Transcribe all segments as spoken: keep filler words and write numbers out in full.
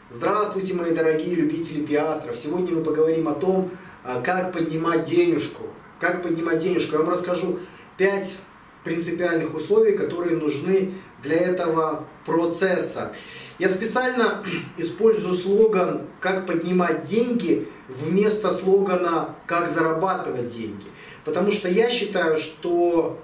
Здравствуйте, мои дорогие любители пиастров! Сегодня мы поговорим о том, как поднимать денежку. Как поднимать денежку. Я вам расскажу пять принципиальных условий, которые нужны для этого процесса. Я специально использую слоган «Как поднимать деньги» вместо слогана «Как зарабатывать деньги». Потому что я считаю, что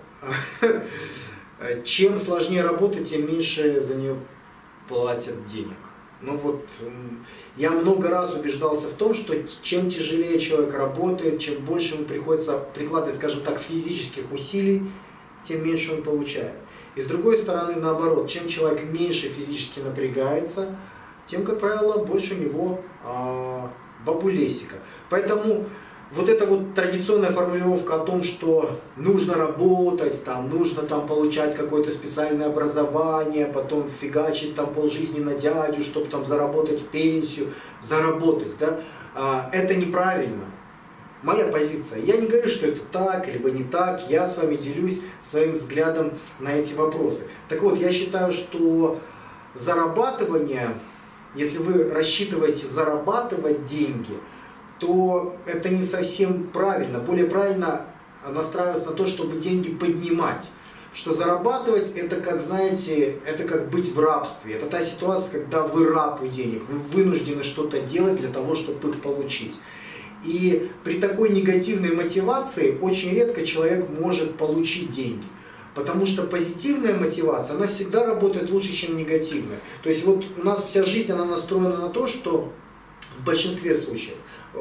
чем сложнее работать, тем меньше за нее платят денег. Ну вот, я много раз убеждался в том, что чем тяжелее человек работает, чем больше ему приходится прикладывать, скажем так, физических усилий, тем меньше он получает. И с другой стороны, наоборот, чем человек меньше физически напрягается, тем, как правило, больше у него а, бабулесика. Поэтому вот эта вот традиционная формулировка о том, что нужно работать, там, нужно там, получать какое-то специальное образование, потом фигачить там, полжизни на дядю, чтобы там, заработать пенсию, заработать, да, а, это неправильно. Моя позиция. Я не говорю, что это так, либо не так, я с вами делюсь своим взглядом на эти вопросы. Так вот, я считаю, что зарабатывание, если вы рассчитываете зарабатывать деньги, то это не совсем правильно. Более правильно настраиваться на то, чтобы деньги поднимать. Что зарабатывать, это как, знаете, это как быть в рабстве. Это та ситуация, когда вы раб у денег, вы вынуждены что-то делать для того, чтобы их получить. И при такой негативной мотивации очень редко человек может получить деньги. Потому что позитивная мотивация, она всегда работает лучше, чем негативная. То есть вот у нас вся жизнь, она настроена на то, что в большинстве случаев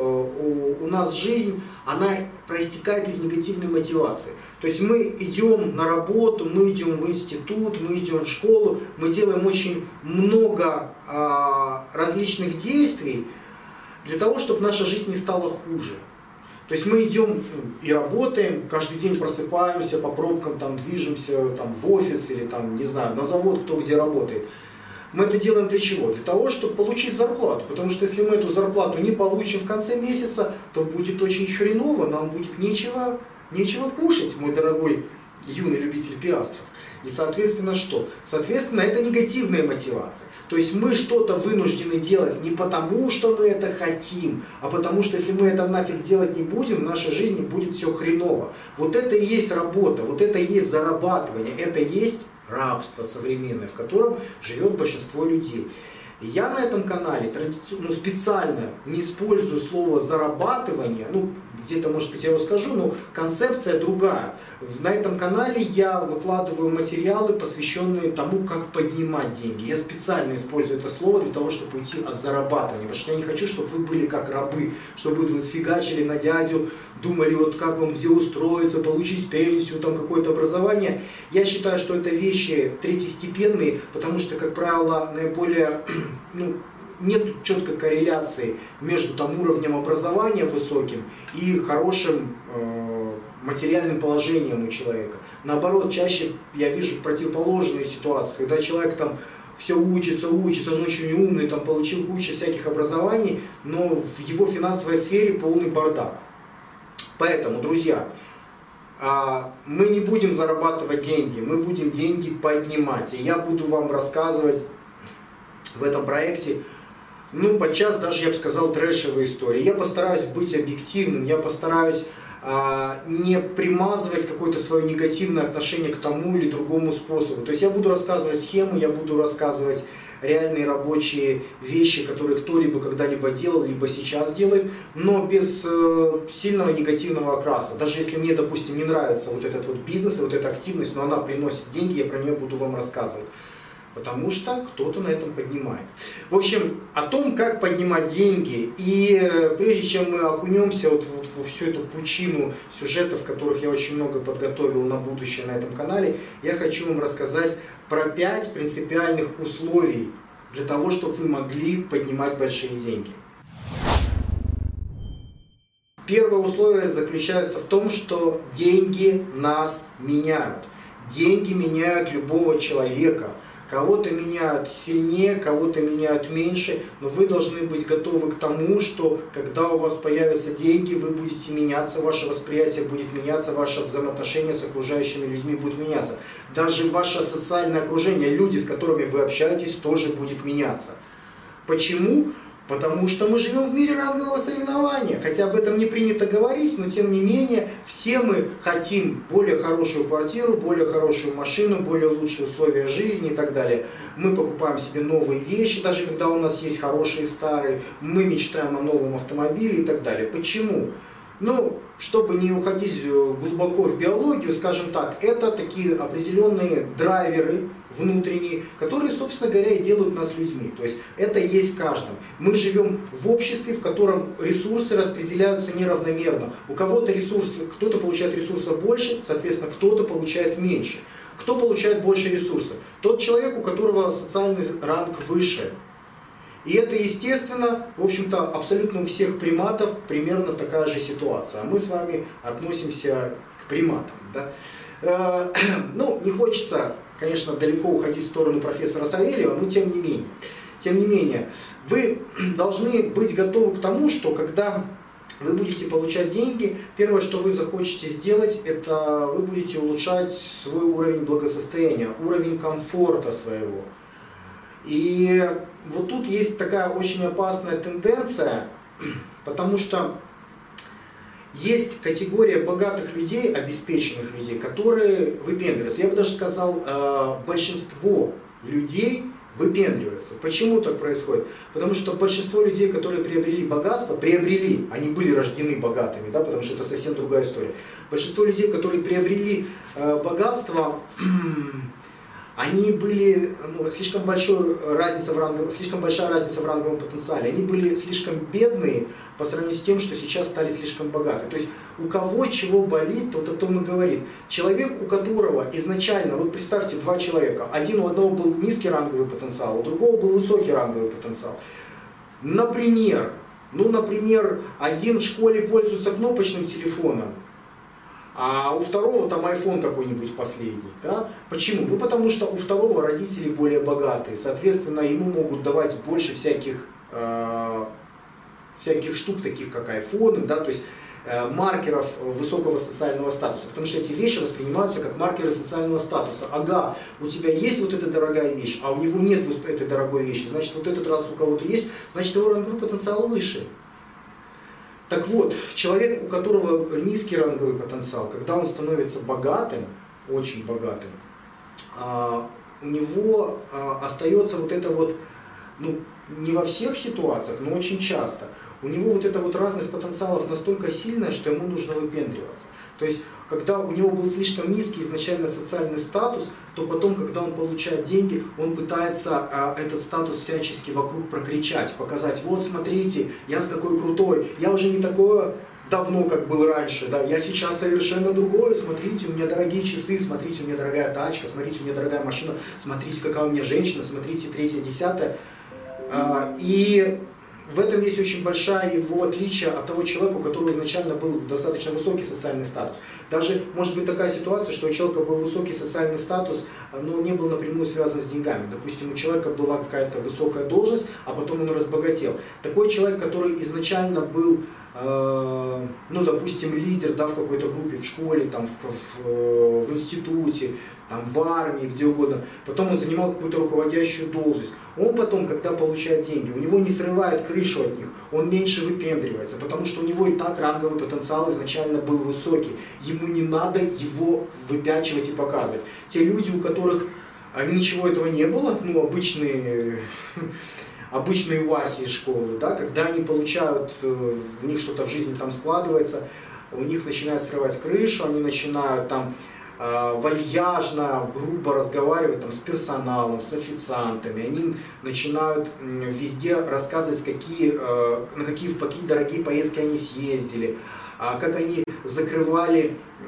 у нас жизнь, она проистекает из негативной мотивации. То есть мы идем на работу, мы идем в институт, мы идем в школу, мы делаем очень много а, различных действий для того, чтобы наша жизнь не стала хуже. То есть мы идем и работаем, каждый день просыпаемся, по пробкам там, движемся там, в офис или там, не знаю, на завод, кто где работает. Мы это делаем для чего? Для того, чтобы получить зарплату. Потому что если мы эту зарплату не получим в конце месяца, то будет очень хреново, нам будет нечего, нечего кушать, мой дорогой юный любитель пиастров. И соответственно что? Соответственно, это негативная мотивация. То есть мы что-то вынуждены делать не потому, что мы это хотим, а потому что если мы это нафиг делать не будем, в нашей жизни будет все хреново. Вот это и есть работа, вот это и есть зарабатывание, это и есть рабство современное, в котором живет большинство людей. Я на этом канале традиционно, ну, специально не использую слово зарабатывание, ну где-то, может быть, я его скажу, но концепция другая. На этом канале я выкладываю материалы, посвященные тому, как поднимать деньги. Я специально использую это слово для того, чтобы уйти от зарабатывания, потому что я не хочу, чтобы вы были как рабы, чтобы вы фигачили на дядю, думали, вот как вам где устроиться, получить пенсию, там какое-то образование. Я считаю, что это вещи третьестепенные, потому что, как правило, наиболее, ну, нет четкой корреляции между там, уровнем образования высоким и хорошим э, материальным положением у человека. Наоборот, чаще я вижу противоположные ситуации, когда человек там все учится, учится, он очень умный, там, получил кучу всяких образований, но в его финансовой сфере полный бардак. Поэтому, друзья, мы не будем зарабатывать деньги, мы будем деньги поднимать. И я буду вам рассказывать в этом проекте, ну, подчас даже, я бы сказал, трэшевые истории. Я постараюсь быть объективным, я постараюсь а, не примазывать какое-то свое негативное отношение к тому или другому способу. То есть я буду рассказывать схемы, я буду рассказывать реальные рабочие вещи, которые кто-либо когда-либо делал, либо сейчас делает, но без э, сильного негативного окраса. Даже если мне, допустим, не нравится вот этот вот бизнес, вот эта активность, но она приносит деньги, я про нее буду вам рассказывать. Потому что кто-то на этом поднимает. В общем, о том, как поднимать деньги. И прежде чем мы окунемся вот, вот во всю эту пучину сюжетов, которых я очень много подготовил на будущее на этом канале, я хочу вам рассказать про пять принципиальных условий для того, чтобы вы могли поднимать большие деньги. Первое условие заключается в том, что деньги нас меняют. Деньги меняют любого человека. Кого-то меняют сильнее, кого-то меняют меньше, но вы должны быть готовы к тому, что когда у вас появятся деньги, вы будете меняться, ваше восприятие будет меняться, ваше взаимоотношение с окружающими людьми будет меняться. Даже ваше социальное окружение, люди, с которыми вы общаетесь, тоже будет меняться. Почему? Потому что мы живем в мире рангового соревнования. Хотя об этом не принято говорить, но тем не менее все мы хотим более хорошую квартиру, более хорошую машину, более лучшие условия жизни и так далее. Мы покупаем себе новые вещи, даже когда у нас есть хорошие старые. Мы мечтаем о новом автомобиле и так далее. Почему? Ну, чтобы не уходить глубоко в биологию, скажем так, это такие определенные драйверы внутренние, которые, собственно говоря, и делают нас людьми. То есть это есть в каждом. Мы живем в обществе, в котором ресурсы распределяются неравномерно. У кого-то ресурсы, кто-то получает ресурсов больше, соответственно, кто-то получает меньше. Кто получает больше ресурсов? Тот человек, у которого социальный ранг выше. И это, естественно, в общем-то, абсолютно у всех приматов примерно такая же ситуация. А мы с вами относимся к приматам. Да? Ну, не хочется, конечно, далеко уходить в сторону профессора Савельева, но тем не менее. Тем не менее, вы должны быть готовы к тому, что когда вы будете получать деньги, первое, что вы захочете сделать, это вы будете улучшать свой уровень благосостояния, уровень комфорта своего. И вот тут есть такая очень опасная тенденция, потому что есть категория богатых людей, обеспеченных людей, которые выпендриваются. Я бы даже сказал, большинство людей выпендриваются. Почему так происходит? Потому что большинство людей, которые приобрели богатство, приобрели, они были рождены богатыми, да, потому что это совсем другая история. Большинство людей, которые приобрели богатство, они были, ну, слишком, большой разница в ранговом, слишком большая разница в ранговом потенциале. Они были слишком бедные по сравнению с тем, что сейчас стали слишком богаты. То есть у кого чего болит, тот о том и говорит. Человек, у которого изначально, вот представьте, два человека, один у одного был низкий ранговый потенциал, у другого был высокий ранговый потенциал. Например, ну, например, один в школе пользуется кнопочным телефоном, а у второго там айфон какой-нибудь последний. Да? Почему? Ну потому что у второго родители более богатые, соответственно, ему могут давать больше всяких, э, всяких штук, таких как айфоны, да? То есть э, маркеров высокого социального статуса, потому что эти вещи воспринимаются как маркеры социального статуса. Ага, у тебя есть вот эта дорогая вещь, а у него нет вот этой дорогой вещи, значит вот этот раз у кого-то есть, значит его ранговый потенциал выше. Так вот, человек, у которого низкий ранговый потенциал, когда он становится богатым, очень богатым, у него остается вот это вот, ну, не во всех ситуациях, но очень часто, у него вот эта вот разность потенциалов настолько сильная, что ему нужно выпендриваться. То есть, когда у него был слишком низкий изначально социальный статус, то потом, когда он получает деньги, он пытается а, этот статус всячески вокруг прокричать, показать: вот смотрите, я какой крутой, я уже не такой давно, как был раньше, да, я сейчас совершенно другой, смотрите, у меня дорогие часы, смотрите, у меня дорогая тачка, смотрите, у меня дорогая машина, смотрите, какая у меня женщина, смотрите, третье, десятое. А, и в этом есть очень большая его отличие от того человека, у которого изначально был достаточно высокий социальный статус. Даже может быть такая ситуация, что у человека был высокий социальный статус, но не был напрямую связан с деньгами. Допустим, у человека была какая-то высокая должность, а потом он разбогател. Такой человек, который изначально был, э, ну, допустим, лидер, да, в какой-то группе, в школе, там, в, в, в институте, там, в армии, где угодно, потом он занимал какую-то руководящую должность. Он потом, когда получает деньги, у него не срывает крышу от них, он меньше выпендривается, потому что у него и так ранговый потенциал изначально был высокий. Ему не надо его выпячивать и показывать. Те люди, у которых ничего этого не было, ну, обычные, обычные Васи из школы, да, когда они получают, у них что-то в жизни там складывается, у них начинают срывать крышу, они начинают там вальяжно, грубо разговаривать там с персоналом, с официантами. Они начинают везде рассказывать, какие, на какие, в какие дорогие поездки они съездили, как они закрывали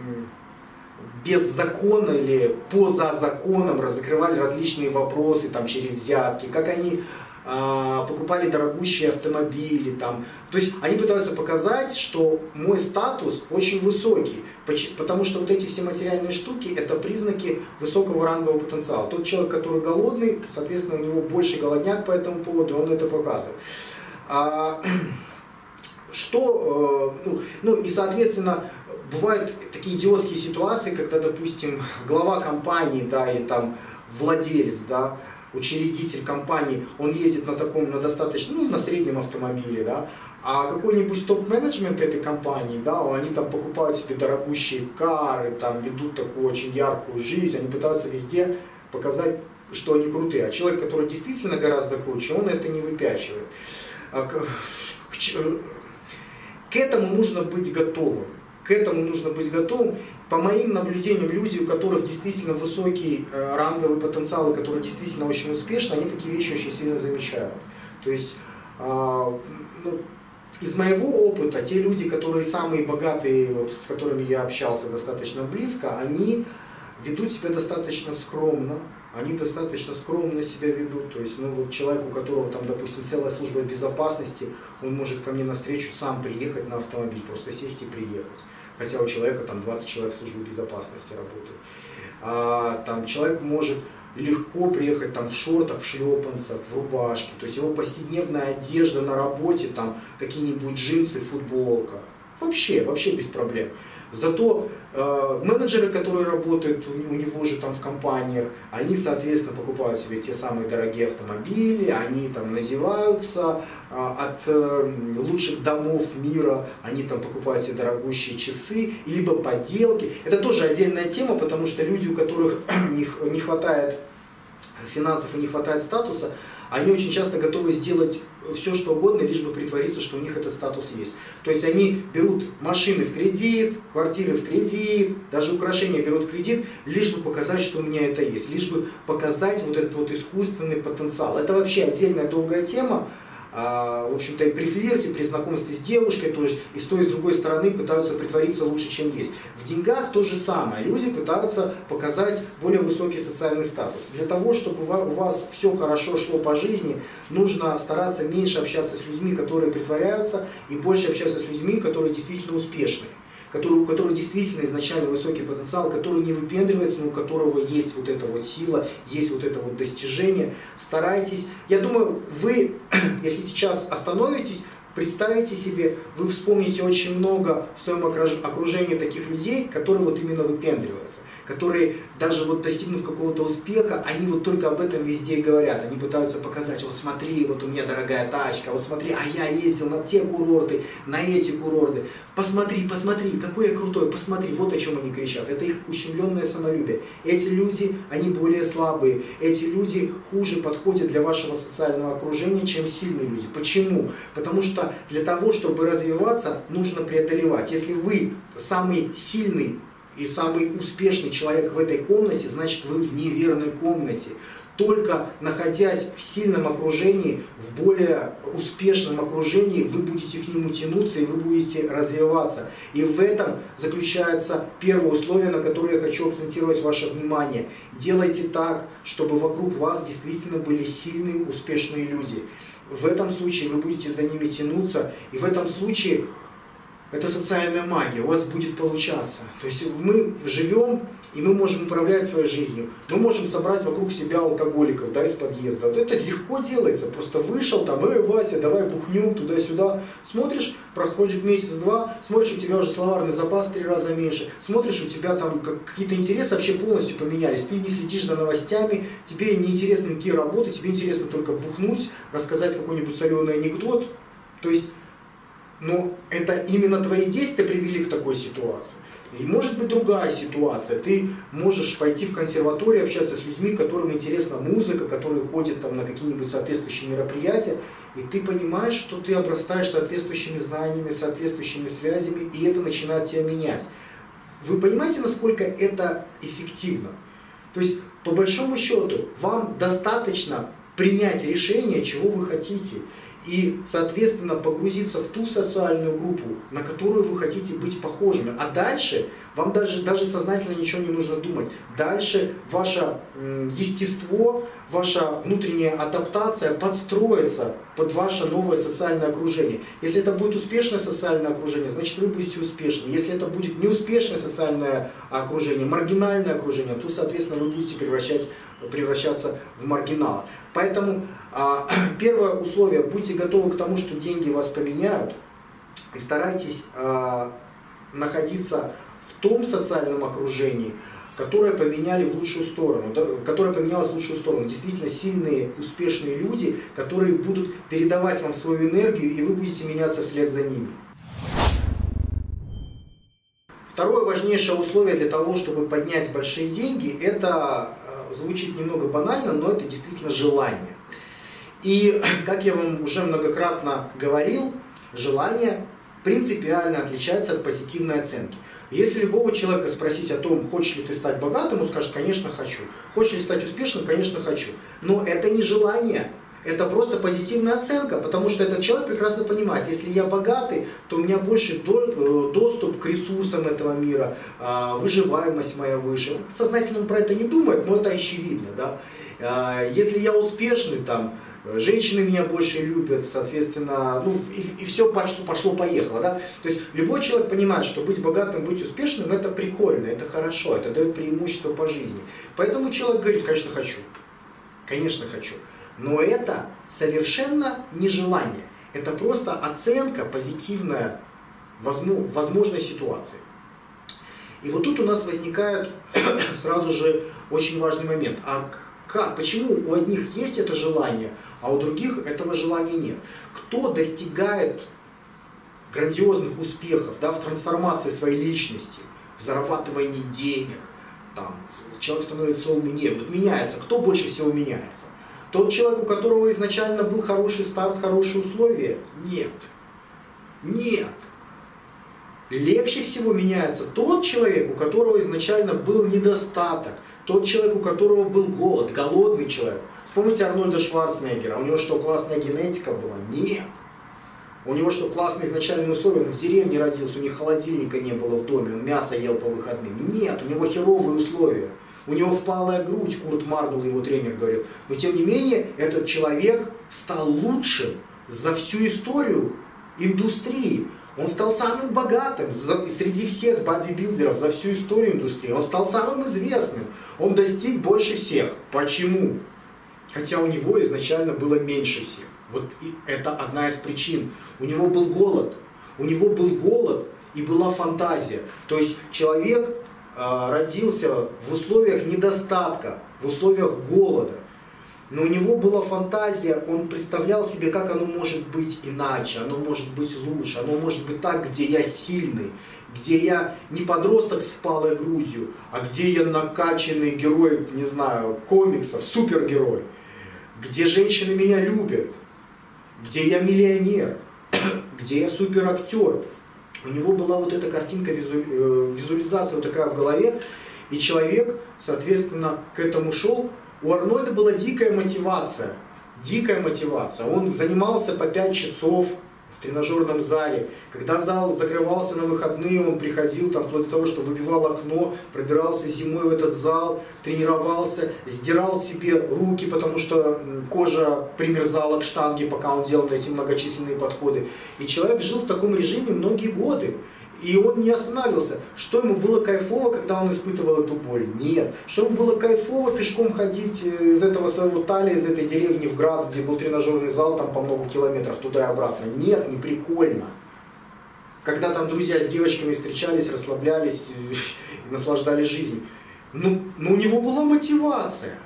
без закона или поза законом, закрывали различные вопросы там, через взятки, как они покупали дорогущие автомобили. Там. То есть они пытаются показать, что мой статус очень высокий, потому что вот эти все материальные штуки – это признаки высокого рангового потенциала. Тот человек, который голодный, соответственно, у него больше голодняк по этому поводу, он это показывает. А, что, ну, ну и, соответственно, бывают такие идиотские ситуации, когда, допустим, глава компании, да, или там владелец, да, учредитель компании, он ездит на таком, на достаточно, ну, на среднем автомобиле, да, а какой-нибудь топ-менеджмент этой компании, да, они там покупают себе дорогущие кары, там ведут такую очень яркую жизнь, они пытаются везде показать, что они крутые. А человек, который действительно гораздо круче, он это не выпячивает. К, к, к этому нужно быть готовым. К этому нужно быть готовым. По моим наблюдениям, люди, у которых действительно высокий э, ранговый потенциал, и которые действительно очень успешны, они такие вещи очень сильно замечают. То есть, э, ну, из моего опыта, те люди, которые самые богатые, вот, с которыми я общался достаточно близко, они ведут себя достаточно скромно, они достаточно скромно себя ведут. То есть, ну, вот человек, у которого там, допустим, целая служба безопасности, он может ко мне навстречу сам приехать на автомобиль, просто сесть и приехать. Хотя у человека там двадцать человек в службе безопасности работают. А, там человек может легко приехать там в шортах, в шлепанцах, в рубашке. То есть его повседневная одежда на работе, там какие-нибудь джинсы, футболка. Вообще, вообще без проблем. Зато э, менеджеры, которые работают у, у него же там в компаниях, они, соответственно, покупают себе те самые дорогие автомобили, они там називаются э, от э, лучших домов мира, они там покупают себе дорогущие часы, либо подделки. Это тоже отдельная тема, потому что люди, у которых не, не хватает финансов и не хватает статуса, они очень часто готовы сделать все, что угодно, лишь бы притвориться, что у них этот статус есть. То есть они берут машины в кредит, квартиры в кредит, даже украшения берут в кредит, лишь бы показать, что у меня это есть, лишь бы показать вот этот вот искусственный потенциал. Это вообще отдельная долгая тема. В общем-то, и при флирте, при знакомстве с девушкой, то есть и с той, и с другой стороны пытаются притвориться лучше, чем есть. В деньгах то же самое. Люди пытаются показать более высокий социальный статус. Для того, чтобы у вас все хорошо шло по жизни, нужно стараться меньше общаться с людьми, которые притворяются, и больше общаться с людьми, которые действительно успешны. Который, у которого действительно изначально высокий потенциал, который не выпендривается, но у которого есть вот эта вот сила, есть вот это вот достижение. Старайтесь. Я думаю, вы, если сейчас остановитесь, представите себе, вы вспомните очень много в своем окружении таких людей, которые вот именно выпендриваются, которые даже вот достигнув какого-то успеха, они вот только об этом везде и говорят. Они пытаются показать, вот смотри, вот у меня дорогая тачка, вот смотри, а я ездил на те курорты, на эти курорты. Посмотри, посмотри, какой я крутой, посмотри, вот о чем они кричат. Это их ущемленное самолюбие. Эти люди, они более слабые, эти люди хуже подходят для вашего социального окружения, чем сильные люди. Почему? Потому что для того, чтобы развиваться, нужно преодолевать. Если вы самый сильный и самый успешный человек в этой комнате, значит вы в неверной комнате. Только находясь в сильном окружении, в более успешном окружении, вы будете к нему тянуться и вы будете развиваться. И в этом заключается первое условие, на которое я хочу акцентировать ваше внимание. Делайте так, чтобы вокруг вас действительно были сильные, успешные люди. В этом случае вы будете за ними тянуться, и в этом случае это социальная магия, у вас будет получаться. То есть мы живем, и мы можем управлять своей жизнью. Мы можем собрать вокруг себя алкоголиков, да, из подъезда. Вот это легко делается. Просто вышел там, эй, Вася, давай бухнем туда-сюда. Смотришь, проходит месяц-два, смотришь, у тебя уже словарный запас в три раза меньше. Смотришь, у тебя там какие-то интересы вообще полностью поменялись. Ты не следишь за новостями, тебе не интересны никакие работы, тебе интересно только бухнуть, рассказать какой-нибудь соленый анекдот. То есть, но это именно твои действия привели к такой ситуации. И может быть другая ситуация. Ты можешь пойти в консерваторию, общаться с людьми, которым интересна музыка, которые ходят там на какие-нибудь соответствующие мероприятия, и ты понимаешь, что ты обрастаешь соответствующими знаниями, соответствующими связями, и это начинает тебя менять. Вы понимаете, насколько это эффективно? То есть, по большому счету, вам достаточно принять решение, чего вы хотите, и, соответственно, погрузиться в ту социальную группу, на которую вы хотите быть похожими. А дальше вам даже, даже сознательно ничего не нужно думать. Дальше ваше естество, ваша внутренняя адаптация подстроится под ваше новое социальное окружение. Если это будет успешное социальное окружение, значит вы будете успешны. Если это будет неуспешное социальное окружение, маргинальное окружение, то, соответственно, вы будете превращать, превращаться в маргинала. Поэтому а, первое условие, будьте готовы к тому, что деньги вас поменяют, и старайтесь а, находиться в том социальном окружении, которые поменяли в лучшую сторону, да, которая поменялась в лучшую сторону. Действительно сильные, успешные люди, которые будут передавать вам свою энергию, и вы будете меняться вслед за ними. Второе важнейшее условие для того, чтобы поднять большие деньги, это звучит немного банально, но это действительно желание. И, как я вам уже многократно говорил, желание принципиально отличается от позитивной оценки. Если любого человека спросить о том, хочешь ли ты стать богатым, он скажет, конечно, хочу. Хочешь ли стать успешным, конечно, хочу. Но это не желание, это просто позитивная оценка, потому что этот человек прекрасно понимает, если я богатый, то у меня больше доступ к ресурсам этого мира, выживаемость моя выше. Сознательно он про это не думает, но это очевидно. Да? Если я успешный, там, женщины меня больше любят, соответственно, ну и, и все пошло, пошло-поехало. Да? То есть любой человек понимает, что быть богатым, быть успешным, это прикольно, это хорошо, это дает преимущество по жизни. Поэтому человек говорит, конечно, хочу. Конечно, хочу. Но это совершенно не желание. Это просто оценка позитивная возможной ситуации. И вот тут у нас возникает сразу же очень важный момент. А как, почему у одних есть это желание, а у других этого желания нет? Кто достигает грандиозных успехов, да, в трансформации своей личности, в зарабатывании денег, там, человек становится умнее, вот меняется, кто больше всего меняется? Тот человек, у которого изначально был хороший старт, хорошие условия? Нет. Нет. Легче всего меняется тот человек, у которого изначально был недостаток, тот человек, у которого был голод, голодный человек. Вспомните Арнольда Шварценеггера, у него что, классная генетика была? Нет. У него что, классные изначальные условия? Он в деревне родился, у них холодильника не было в доме, он мясо ел по выходным. Нет, у него херовые условия. У него впалая грудь, Курт Мардул, его тренер, говорил. Но тем не менее, этот человек стал лучшим за всю историю индустрии. Он стал самым богатым среди всех бодибилдеров за всю историю индустрии. Он стал самым известным. Он достиг больше всех. Почему? Хотя у него изначально было меньше всех. Вот это одна из причин. У него был голод. У него был голод и была фантазия. То есть человек родился в условиях недостатка, в условиях голода. Но у него была фантазия, он представлял себе, как оно может быть иначе, оно может быть лучше, оно может быть так, где я сильный, где я не подросток с впалой грудью, а где я накачанный герой, не знаю, комиксов, супергерой, где женщины меня любят, где я миллионер, где я суперактер. У него была вот эта картинка, визуализация вот такая в голове, и человек, соответственно, к этому шел. У Арнольда была дикая мотивация, дикая мотивация. Он занимался по пять часов в тренажерном зале. Когда зал закрывался на выходные, он приходил там вплоть до того, что выбивал окно, пробирался зимой в этот зал, тренировался, сдирал себе руки, потому что кожа примерзала к штанге, пока он делал эти многочисленные подходы. И человек жил в таком режиме многие годы. И он не останавливался. Что ему было кайфово, когда он испытывал эту боль? Нет. Что ему было кайфово пешком ходить из этого своего Талия, из этой деревни в Грац, где был тренажерный зал, там по много километров туда и обратно? Нет, не прикольно. Когда там друзья с девочками встречались, расслаблялись, наслаждались жизнью. Ну, но у него была мотивация.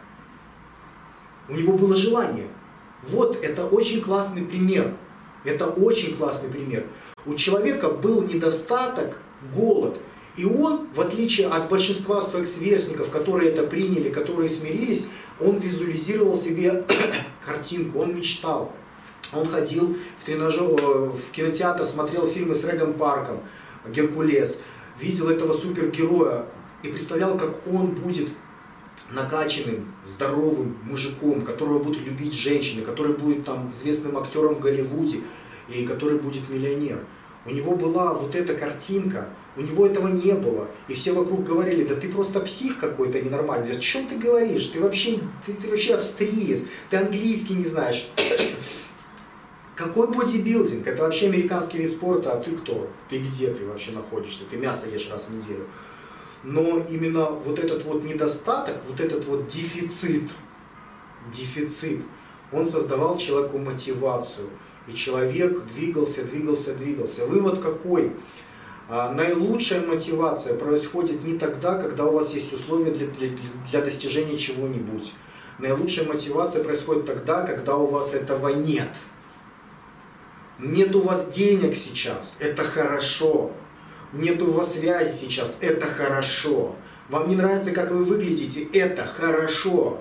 У него было желание. Вот это очень классный пример. Это очень классный пример. У человека был недостаток, голод. И он, в отличие от большинства своих сверстников, которые это приняли, которые смирились, он визуализировал себе картинку, он мечтал. Он ходил в, тренажер, в кинотеатр, смотрел фильмы с Регом Парком, «Геркулес», видел этого супергероя и представлял, как он будет накачанным, здоровым мужиком, которого будут любить женщины, который будет там известным актером в Голливуде, и который будет миллионер. У него была вот эта картинка, у него этого не было. И все вокруг говорили, да ты просто псих какой-то ненормальный. О чем ты говоришь? Ты вообще, ты, ты вообще австриец, ты английский не знаешь. Какой бодибилдинг? Это вообще американский вид спорта, а ты кто? Ты где ты вообще находишься? Ты мясо ешь раз в неделю. Но именно вот этот вот недостаток, вот этот вот дефицит, дефицит, он создавал человеку мотивацию. И человек двигался, двигался, двигался. Вывод какой? А наилучшая мотивация происходит не тогда, когда у вас есть условия для, для, для достижения чего-нибудь. Наилучшая мотивация происходит тогда, когда у вас этого нет. Нет у вас денег сейчас, это хорошо. Нет у вас связи сейчас, это хорошо. Вам не нравится, как вы выглядите, это хорошо.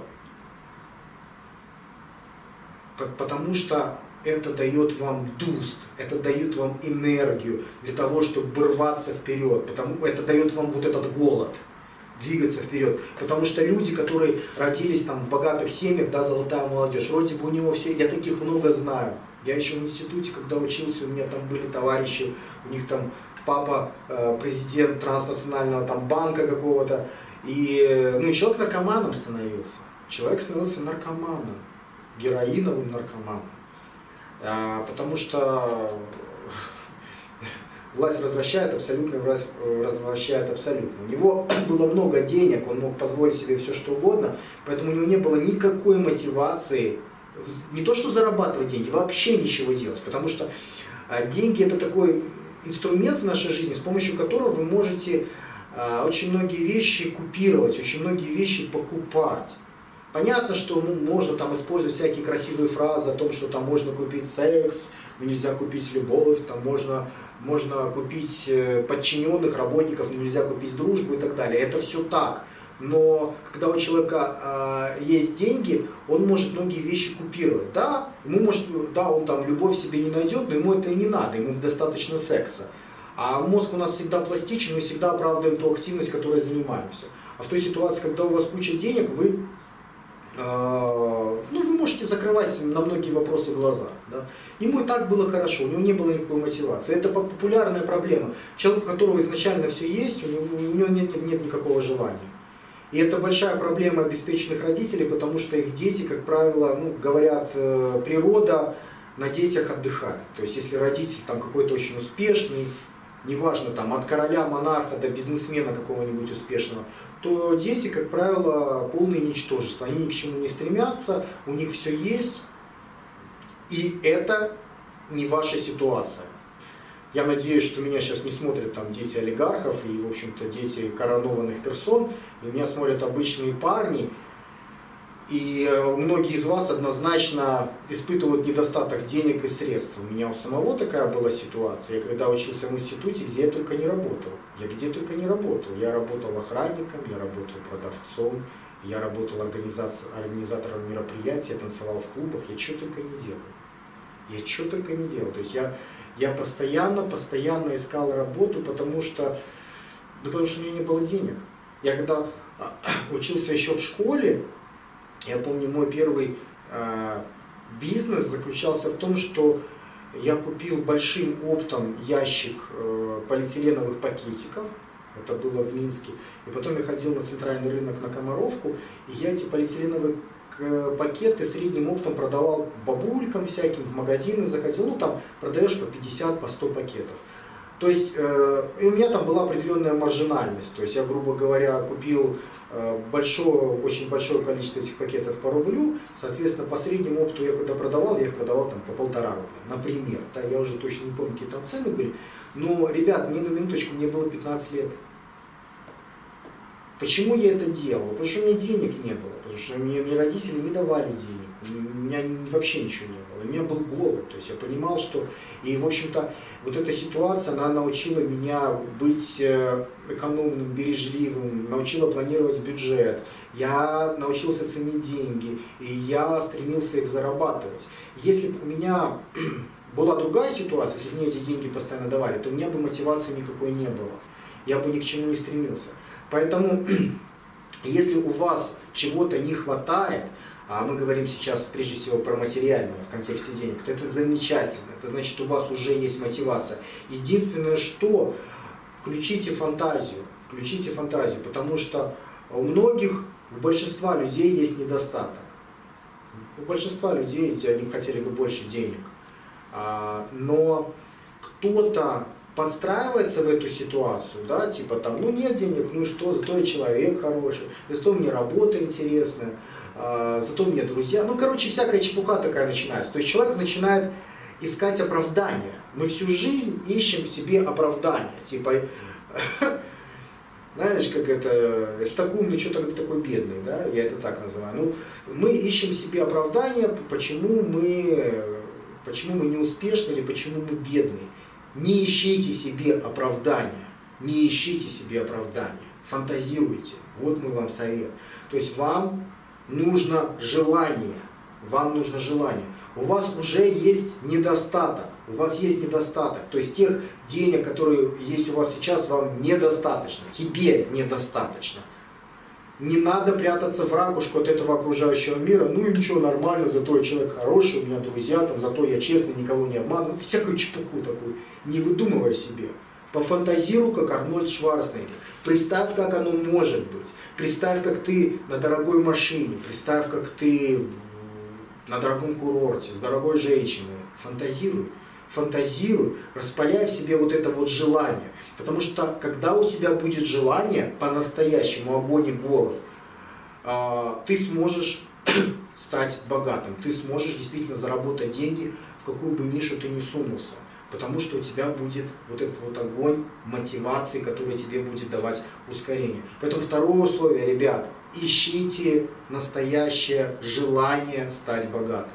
Потому что это дает вам дуст, это дает вам энергию для того, чтобы рваться вперед. Потому это дает вам вот этот голод, двигаться вперед. Потому что люди, которые родились там в богатых семьях, да, золотая молодежь, вроде бы у него все, я таких много знаю. Я еще в институте, когда учился, у меня там были товарищи, у них там папа э, президент транснационального там банка какого-то. И, ну, и человек наркоманом становился. Человек становился наркоманом, героиновым наркоманом. А, потому что власть развращает абсолютно, власть развращает абсолютно. У него было много денег, он мог позволить себе все что угодно, поэтому у него не было никакой мотивации, не то что зарабатывать деньги, вообще ничего делать. Потому что а, деньги это такой инструмент в нашей жизни, с помощью которого вы можете а, очень многие вещи купировать, очень многие вещи покупать. Понятно, что ну, можно там использовать всякие красивые фразы о том, что там можно купить секс, но нельзя купить любовь, там можно, можно купить подчиненных, работников, но нельзя купить дружбу и так далее. Это все так. Но когда у человека э, есть деньги, он может многие вещи купировать. Да, ему может, да, он там любовь в себе не найдет, но ему это и не надо, ему достаточно секса. А мозг у нас всегда пластичен, мы всегда оправдываем ту активность, которой занимаемся. А в той ситуации, когда у вас куча денег, вы, э, ну, вы можете закрывать на многие вопросы глаза. Да? Ему и так было хорошо, у него не было никакой мотивации. Это популярная проблема. Человек, у которого изначально все есть, у него, у него нет, нет, нет никакого желания. И это большая проблема обеспеченных родителей, потому что их дети, как правило, ну, говорят, э, природа на детях отдыхает. То есть, если родитель там какой-то очень успешный, неважно, там, от короля, монарха до бизнесмена какого-нибудь успешного, то дети, как правило, полные ничтожества. Они ни к чему не стремятся, у них все есть, и это не ваша ситуация. Я надеюсь, что меня сейчас не смотрят там дети олигархов и, в общем-то, дети коронованных персон, и меня смотрят обычные парни, и многие из вас однозначно испытывают недостаток денег и средств. У меня у самого такая была ситуация. Я когда учился в институте, где я только не работал. Я где только не работал. Я работал охранником, я работал продавцом, я работал организатором мероприятий, я танцевал в клубах, я что только не делал. Я что только не делал. То есть я... Я постоянно, постоянно искал работу, потому что, да потому что у меня не было денег. Я когда учился еще в школе, я помню, мой первый э, бизнес заключался в том, что я купил большим оптом ящик э, полиэтиленовых пакетиков, это было в Минске, и потом я ходил на центральный рынок на Комаровку, и я эти полиэтиленовые пакеты средним оптом продавал бабулькам всяким, в магазины заходил, ну там продаешь по пятьдесят, по сто пакетов. То есть э, и у меня там была определенная маржинальность, то есть я, грубо говоря, купил э, большое, очень большое количество этих пакетов по рублю, соответственно, по среднему опту я когда продавал, я их продавал там по полтора рубля, например. Да, я уже точно не помню, какие там цены были, но, ребят, мне на минуточку, мне было пятнадцать лет. Почему я это делал? Потому что у меня денег не было, потому что мне, мне родители не давали денег, у меня вообще ничего не было, у меня был голод, то есть я понимал, что... И, в общем-то, вот эта ситуация, она научила меня быть экономным, бережливым, научила планировать бюджет, я научился ценить деньги, и я стремился их зарабатывать. Если бы у меня была другая ситуация, если бы мне эти деньги постоянно давали, то у меня бы мотивации никакой не было, я бы ни к чему не стремился. Поэтому, если у вас чего-то не хватает, а мы говорим сейчас прежде всего про материальное в контексте денег, то это замечательно, это значит, у вас уже есть мотивация. Единственное, что включите фантазию, включите фантазию, потому что у многих, у большинства людей есть недостаток. У большинства людей они хотели бы больше денег, но кто-то подстраивается в эту ситуацию, да, типа там, ну нет денег, ну что, зато я человек хороший, зато мне работа интересная, э, зато мне друзья, ну короче, всякая чепуха такая начинается. То есть человек начинает искать оправдания. Мы всю жизнь ищем себе оправдания. Типа, знаешь, как это, если такой умный, что тогда такой бедный, да? Я это так называю. Ну, мы ищем себе оправдания, почему мы, почему мы не успешны или почему мы бедные. Не ищите себе оправдания. Не ищите себе оправдания. Фантазируйте. Вот мой вам совет. То есть вам нужно желание. Вам нужно желание. У вас уже есть недостаток. У вас есть недостаток. То есть тех денег, которые есть у вас сейчас, вам недостаточно. Тебе недостаточно. Не надо прятаться в ракушку от этого окружающего мира. Ну и ничего, нормально, зато я человек хороший, у меня друзья, там, зато я честный, никого не обманываю. Всякую чепуху такую. Не выдумывай себе. Пофантазируй, как Арнольд Шварценеггер. Представь, как оно может быть. Представь, как ты на дорогой машине. Представь, как ты на дорогом курорте, с дорогой женщиной. Фантазируй. Фантазируй, распаляй в себе вот это вот желание. Потому что, когда у тебя будет желание, по-настоящему огонь и голод, ты сможешь стать богатым. Ты сможешь действительно заработать деньги, в какую бы нишу ты ни сунулся. Потому что у тебя будет вот этот вот огонь мотивации, который тебе будет давать ускорение. Поэтому второе условие, ребят, ищите настоящее желание стать богатым.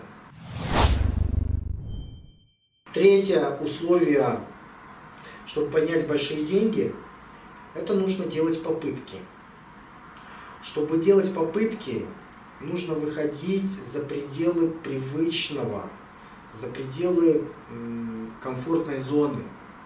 Третье условие, чтобы поднять большие деньги, это нужно делать попытки. Чтобы делать попытки, нужно выходить за пределы привычного, за пределы м, комфортной зоны.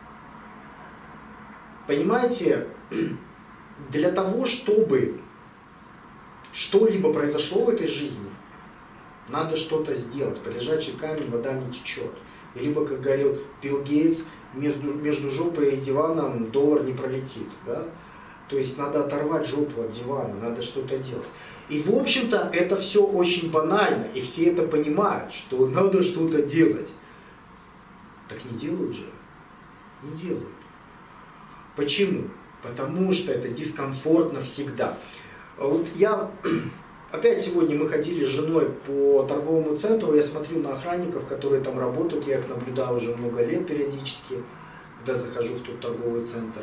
Понимаете, для того, чтобы что-либо произошло в этой жизни, надо что-то сделать. Под лежачий камень вода не течет. Либо, как говорил Билл Гейтс, между, между жопой и диваном доллар не пролетит. Да? То есть надо оторвать жопу от дивана, надо что-то делать. И в общем-то это все очень банально, и все это понимают, что надо что-то делать. Так не делают же. Не делают. Почему? Потому что это дискомфортно всегда. Вот я... Опять сегодня мы ходили с женой по торговому центру, я смотрю на охранников, которые там работают, я их наблюдаю уже много лет периодически, когда захожу в тот торговый центр.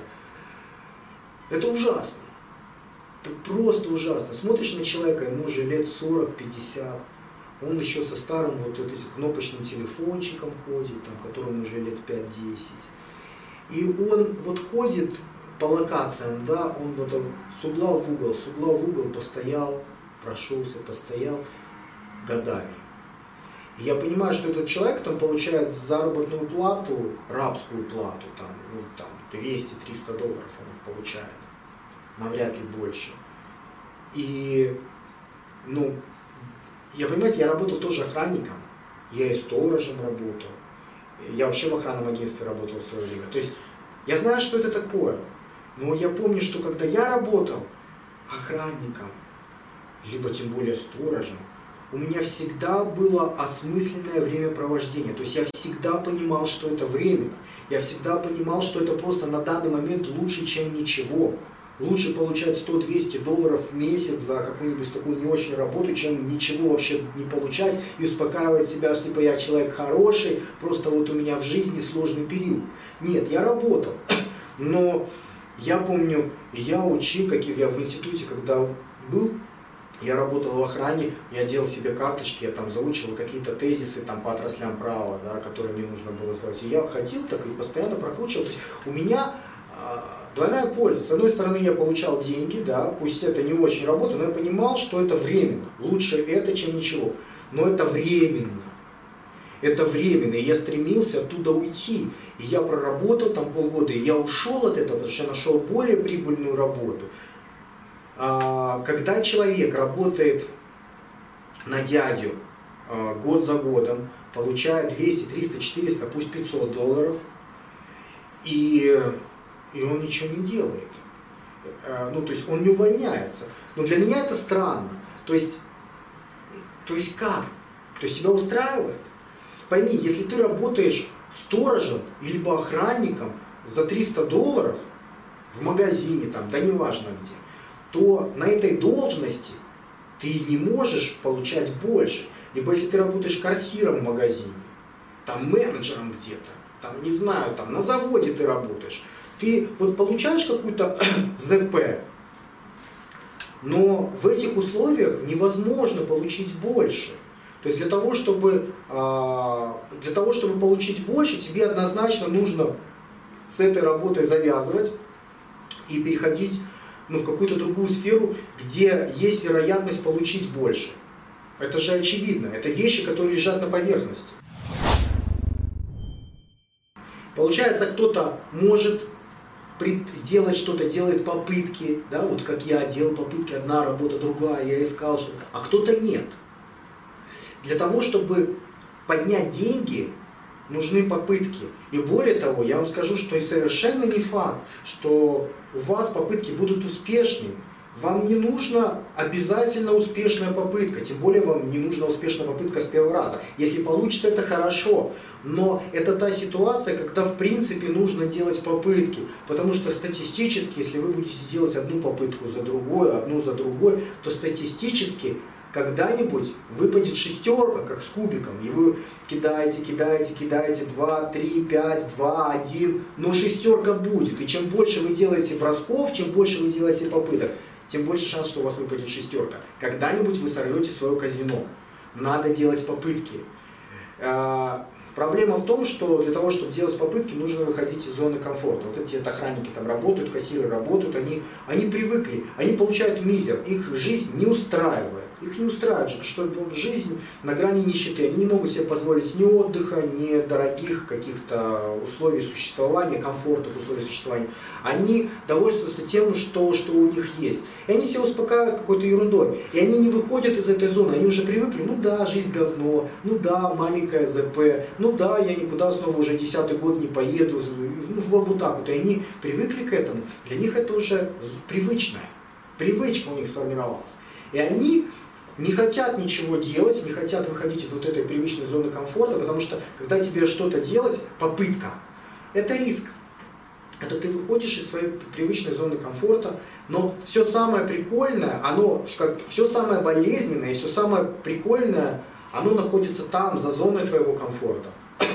Это ужасно. Это просто ужасно. Смотришь на человека, ему уже лет сорок-пятьдесят, он еще со старым вот этим кнопочным телефончиком ходит, там, которому уже лет пять-десять. И он вот ходит по локациям, да, он вот с угла в угол, с угла в угол постоял, прошелся, постоял годами. И я понимаю, что этот человек там получает заработную плату, рабскую плату, там, ну, там двести-триста долларов он получает, навряд ли больше. И, ну, я, понимаете, я работал тоже охранником, я и сторожем работал, я вообще в охранном агентстве работал в свое время. То есть я знаю, что это такое, но я помню, что когда я работал охранником, либо тем более сторожем, у меня всегда было осмысленное времяпровождение. То есть я всегда понимал, что это временно. Я всегда понимал, что это просто на данный момент лучше, чем ничего. Лучше получать сто-двести долларов в месяц за какую-нибудь такую не очень работу, чем ничего вообще не получать и успокаивать себя, что типа я человек хороший, просто вот у меня в жизни сложный период. Нет, я работал. Но я помню, я учил, какие я в институте, когда был, я работал в охране, я делал себе карточки, я там заучивал какие-то тезисы там, по отраслям права, да, которые мне нужно было сдавать. И я ходил так и постоянно прокручивал. То есть у меня э, двойная польза. С одной стороны, я получал деньги, да, пусть это не очень работа, но я понимал, что это временно. Лучше это, чем ничего. Но это временно. Это временно. И я стремился оттуда уйти. И я проработал там полгода, и я ушел от этого, потому что я нашел более прибыльную работу. Когда человек работает на дядю год за годом, получает двести, триста, четыреста, пусть пятьсот долларов, и, и он ничего не делает, ну то есть он не увольняется. Но для меня это странно. То есть, то есть как? То есть тебя устраивает? Пойми, если ты работаешь сторожем или охранником за триста долларов в магазине, там, да неважно где, то на этой должности ты не можешь получать больше. Либо если ты работаешь кассиром в магазине, там менеджером где-то, там, не знаю, там, на заводе ты работаешь, ты вот получаешь какую-то ЗП, но в этих условиях невозможно получить больше. То есть для того, чтобы, для того, чтобы получить больше, тебе однозначно нужно с этой работой завязывать и переходить, ну, в какую-то другую сферу, где есть вероятность получить больше. Это же очевидно. Это вещи, которые лежат на поверхности. Получается, кто-то может делать что-то, делает попытки, да, вот как я делал попытки, одна работа, другая, я искал что-то, а кто-то нет. Для того, чтобы поднять деньги, нужны попытки. И более того, я вам скажу, что совершенно не факт, что у вас попытки будут успешными. Вам не нужна обязательно успешная попытка, тем более вам не нужна успешная попытка с первого раза. Если получится, это хорошо, но это та ситуация, когда в принципе нужно делать попытки, потому что статистически, если вы будете делать одну попытку за другой, одну за другой, то статистически когда-нибудь выпадет шестерка, как с кубиком, и вы кидаете, кидаете, кидаете, два, три, пять, два, один, но шестерка будет. И чем больше вы делаете бросков, чем больше вы делаете попыток, тем больше шанс, что у вас выпадет шестерка. Когда-нибудь вы сорвете свое казино. Надо делать попытки. Проблема в том, что для того, чтобы делать попытки, нужно выходить из зоны комфорта. Вот эти охранники там работают, кассиры работают, они, они привыкли, они получают мизер, их жизнь не устраивает. Их не устраивает, потому что жизнь на грани нищеты. Они не могут себе позволить ни отдыха, ни дорогих каких-то условий существования, комфортных условий существования. Они довольствуются тем, что, что у них есть. И они себя успокаивают какой-то ерундой. И они не выходят из этой зоны. Они уже привыкли, ну да, жизнь говно, ну да, маленькая ЗП, ну да, я никуда снова уже десятый год не поеду. Ну, вот так вот. И они привыкли к этому. Для них это уже привычное. Привычка у них сформировалась. И они не хотят ничего делать, не хотят выходить из вот этой привычной зоны комфорта, потому что когда тебе что-то делать, попытка, это риск. Это ты выходишь из своей привычной зоны комфорта, но все самое прикольное, оно, все самое болезненное и все самое прикольное, оно находится там, за зоной твоего комфорта.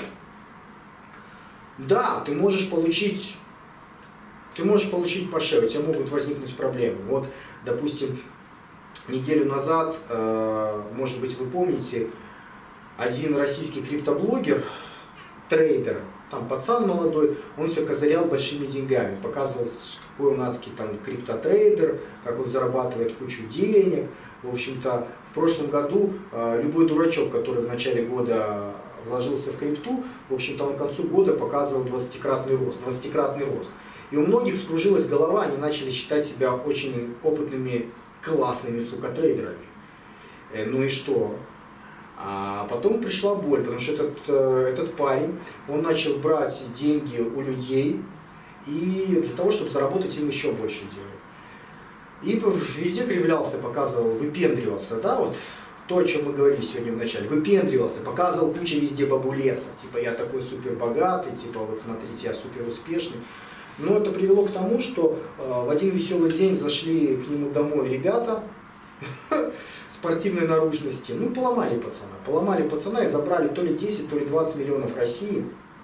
Да, ты можешь получить, ты можешь получить по шее, у тебя могут возникнуть проблемы. Вот, допустим, неделю назад, может быть, вы помните, один российский криптоблогер, трейдер, там пацан молодой, он все козырял большими деньгами, показывал, какой он адский там криптотрейдер, как он зарабатывает кучу денег. В общем-то, в прошлом году любой дурачок, который в начале года вложился в крипту, в общем-то, он к концу года показывал двадцатикратный рост, двадцатикратный рост. И у многих скружилась голова, они начали считать себя очень опытными, классными, сука, трейдерами. Э, ну и что? А потом пришла боль, потому что этот, этот парень, он начал брать деньги у людей и для того, чтобы заработать им еще больше денег. И везде кривлялся, показывал, выпендривался, да, вот то, о чем мы говорили сегодня в начале, выпендривался, показывал кучу везде бабулесов, типа я такой супер богатый, типа вот смотрите, я супер успешный. Но это привело к тому, что э, в один веселый день зашли к нему домой ребята спортивной наружности, ну и поломали пацана. Поломали пацана и забрали то ли десять, то ли двадцать миллионов России.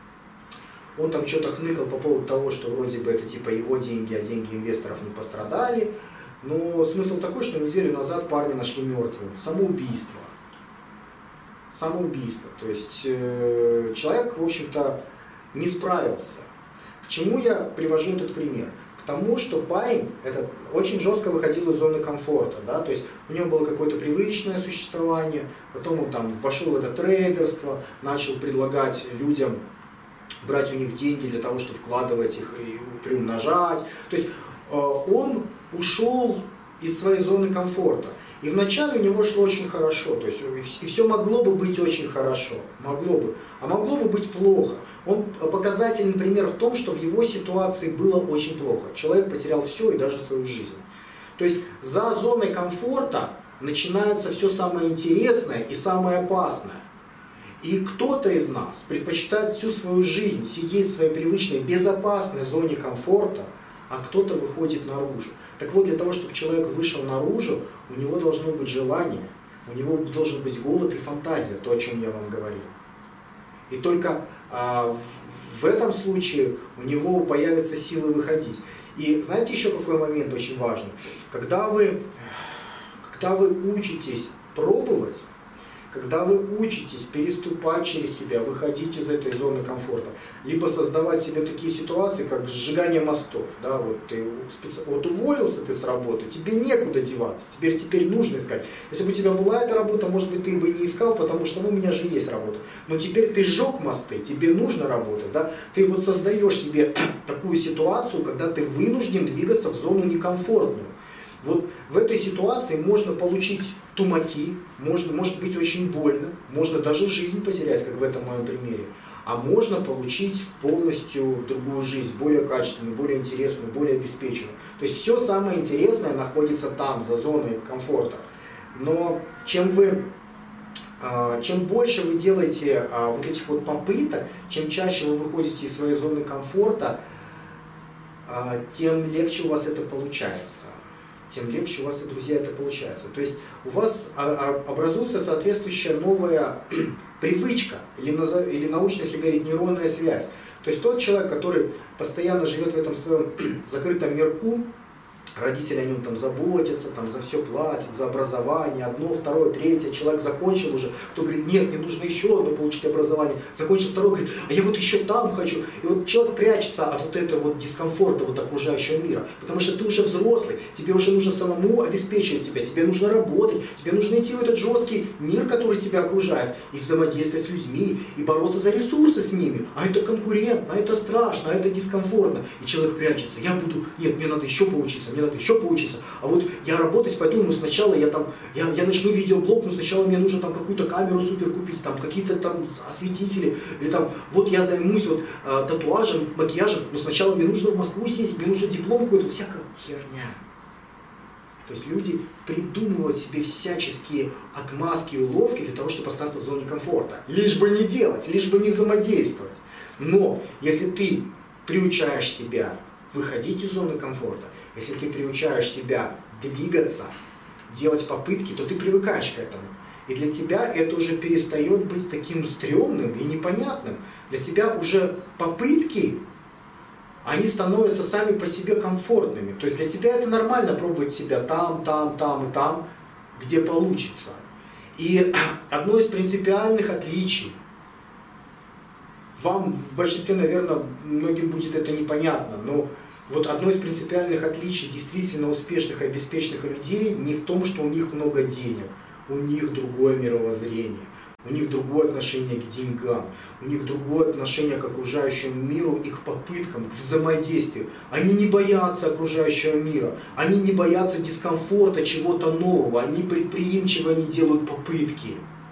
Он там что-то хныкал по поводу того, что вроде бы это типа его деньги, а деньги инвесторов не пострадали. Но смысл такой, что неделю назад парня нашли мертвым. Самоубийство. Самоубийство. То есть э, человек, в общем-то, не справился. К чему я привожу этот пример? К тому, что парень этот, очень жестко выходил из зоны комфорта. Да? То есть у него было какое-то привычное существование, потом он там вошел в это трейдерство, начал предлагать людям брать у них деньги для того, чтобы вкладывать их и приумножать. То есть э, он ушел из своей зоны комфорта. И вначале у него шло очень хорошо, то есть и все могло бы быть очень хорошо, могло бы, а могло бы быть плохо. Он показательный пример в том, что в его ситуации было очень плохо. Человек потерял все и даже свою жизнь. То есть за зоной комфорта начинается все самое интересное и самое опасное. И кто-то из нас предпочитает всю свою жизнь сидеть в своей привычной безопасной зоне комфорта, а кто-то выходит наружу. Так вот, для того, чтобы человек вышел наружу, у него должно быть желание, у него должен быть голод и фантазия, то, о чем я вам говорил. И только а, в этом случае у него появятся силы выходить. И знаете еще какой момент очень важный? Когда вы, когда вы учитесь пробовать, когда вы учитесь переступать через себя, выходить из этой зоны комфорта, либо создавать себе такие ситуации, как сжигание мостов. Да, вот ты специ... вот уволился ты с работы, тебе некуда деваться, теперь, теперь нужно искать. Если бы у тебя была эта работа, может быть, ты бы не искал, потому что ну, у меня же есть работа. Но теперь ты сжег мосты, тебе нужно работать. Да? Ты вот создаешь себе такую ситуацию, когда ты вынужден двигаться в зону некомфортную. Вот в этой ситуации можно получить тумаки, можно, может быть очень больно, можно даже жизнь потерять, как в этом моем примере. А можно получить полностью другую жизнь, более качественную, более интересную, более обеспеченную. То есть все самое интересное находится там, за зоной комфорта. Но чем вы, чем больше вы делаете вот этих вот попыток, чем чаще вы выходите из своей зоны комфорта, тем легче у вас это получается. Тем легче у вас, и друзья, это получается. То есть у вас образуется соответствующая новая привычка, или, или научно, если говорить, нейронная связь. То есть тот человек, который постоянно живет в этом своем закрытом мирку, родители о нем там заботятся, там за все платят, за образование, одно, второе, третье, человек закончил уже, кто говорит, нет, мне нужно еще одно получить образование, закончил второе, говорит, а я вот еще там хочу. И вот человек прячется от вот этого вот дискомфорта вот окружающего мира, потому что ты уже взрослый, тебе уже нужно самому обеспечивать себя, тебе нужно работать, тебе нужно идти в этот жесткий мир, который тебя окружает, и взаимодействовать с людьми, и бороться за ресурсы с ними, а это конкурентно, а это страшно, а это дискомфортно, и человек прячется, я буду, нет, мне надо еще поучиться, мне надо еще поучиться, а вот я работать пойду, но сначала я там, я, я начну видеоблог, но сначала мне нужно там какую-то камеру супер купить, там какие-то там осветители, или там, вот я займусь вот э, татуажем, макияжем, но сначала мне нужно в Москву съездить, мне нужно диплом какой-то, всякая херня. То есть люди придумывают себе всяческие отмазки и уловки для того, чтобы остаться в зоне комфорта. Лишь бы не делать, лишь бы не взаимодействовать. Но если ты приучаешь себя выходить из зоны комфорта, если ты приучаешь себя двигаться, делать попытки, то ты привыкаешь к этому. И для тебя это уже перестает быть таким стрёмным и непонятным. Для тебя уже попытки, они становятся сами по себе комфортными. То есть для тебя это нормально пробовать себя там, там, там и там, где получится. И одно из принципиальных отличий, вам в большинстве, наверное, многим будет это непонятно, но вот одно из принципиальных отличий действительно успешных и обеспеченных людей не в том, что у них много денег, у них другое мировоззрение, у них другое отношение к деньгам, у них другое отношение к окружающему миру и к попыткам, к взаимодействию. Они не боятся окружающего мира, они не боятся дискомфорта, чего-то нового, они предприимчивы, они делают попытки.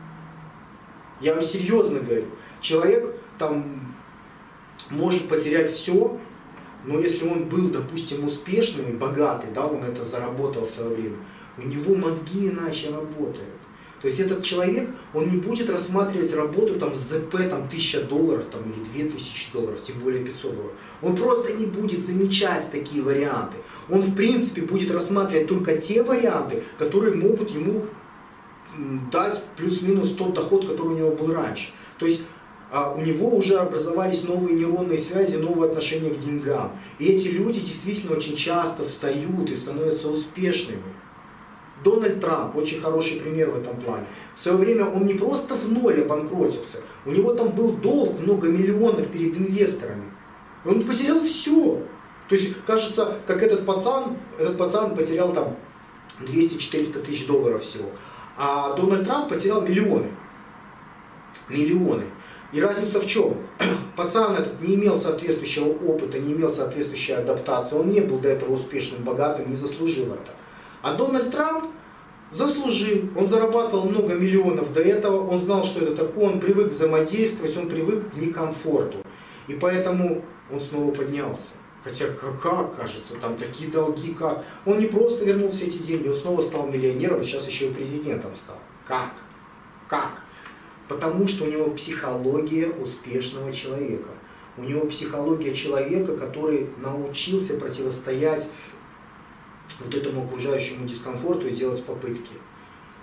Я вам серьезно говорю, человек там может потерять все, но если он был, допустим, успешным и богатый, да, он это заработал в свое время, у него мозги иначе работают. То есть этот человек, он не будет рассматривать работу там, с ЗП там, тысяча долларов там, или две тысячи долларов, тем более пятьсот долларов. Он просто не будет замечать такие варианты. Он в принципе будет рассматривать только те варианты, которые могут ему дать плюс-минус тот доход, который у него был раньше. То есть а у него уже образовались новые нейронные связи, новые отношения к деньгам. И эти люди действительно очень часто встают и становятся успешными. Дональд Трамп очень хороший пример в этом плане. В свое время он не просто в ноль обанкротился, у него там был долг много миллионов перед инвесторами. Он потерял все. То есть, кажется, как этот пацан, этот пацан потерял там двести-четыреста тысяч долларов всего. А Дональд Трамп потерял миллионы. Миллионы. И разница в чем? Пацан этот не имел соответствующего опыта, не имел соответствующей адаптации, он не был до этого успешным, богатым, не заслужил это. А Дональд Трамп заслужил, он зарабатывал много миллионов до этого, он знал, что это такое, он привык взаимодействовать, он привык к некомфорту. И поэтому он снова поднялся. Хотя как, как кажется, там такие долги, как. Он не просто вернул все эти деньги, он снова стал миллионером, и сейчас еще и президентом стал. Как? Как? Потому что у него психология успешного человека. У него психология человека, который научился противостоять вот этому окружающему дискомфорту и делать попытки.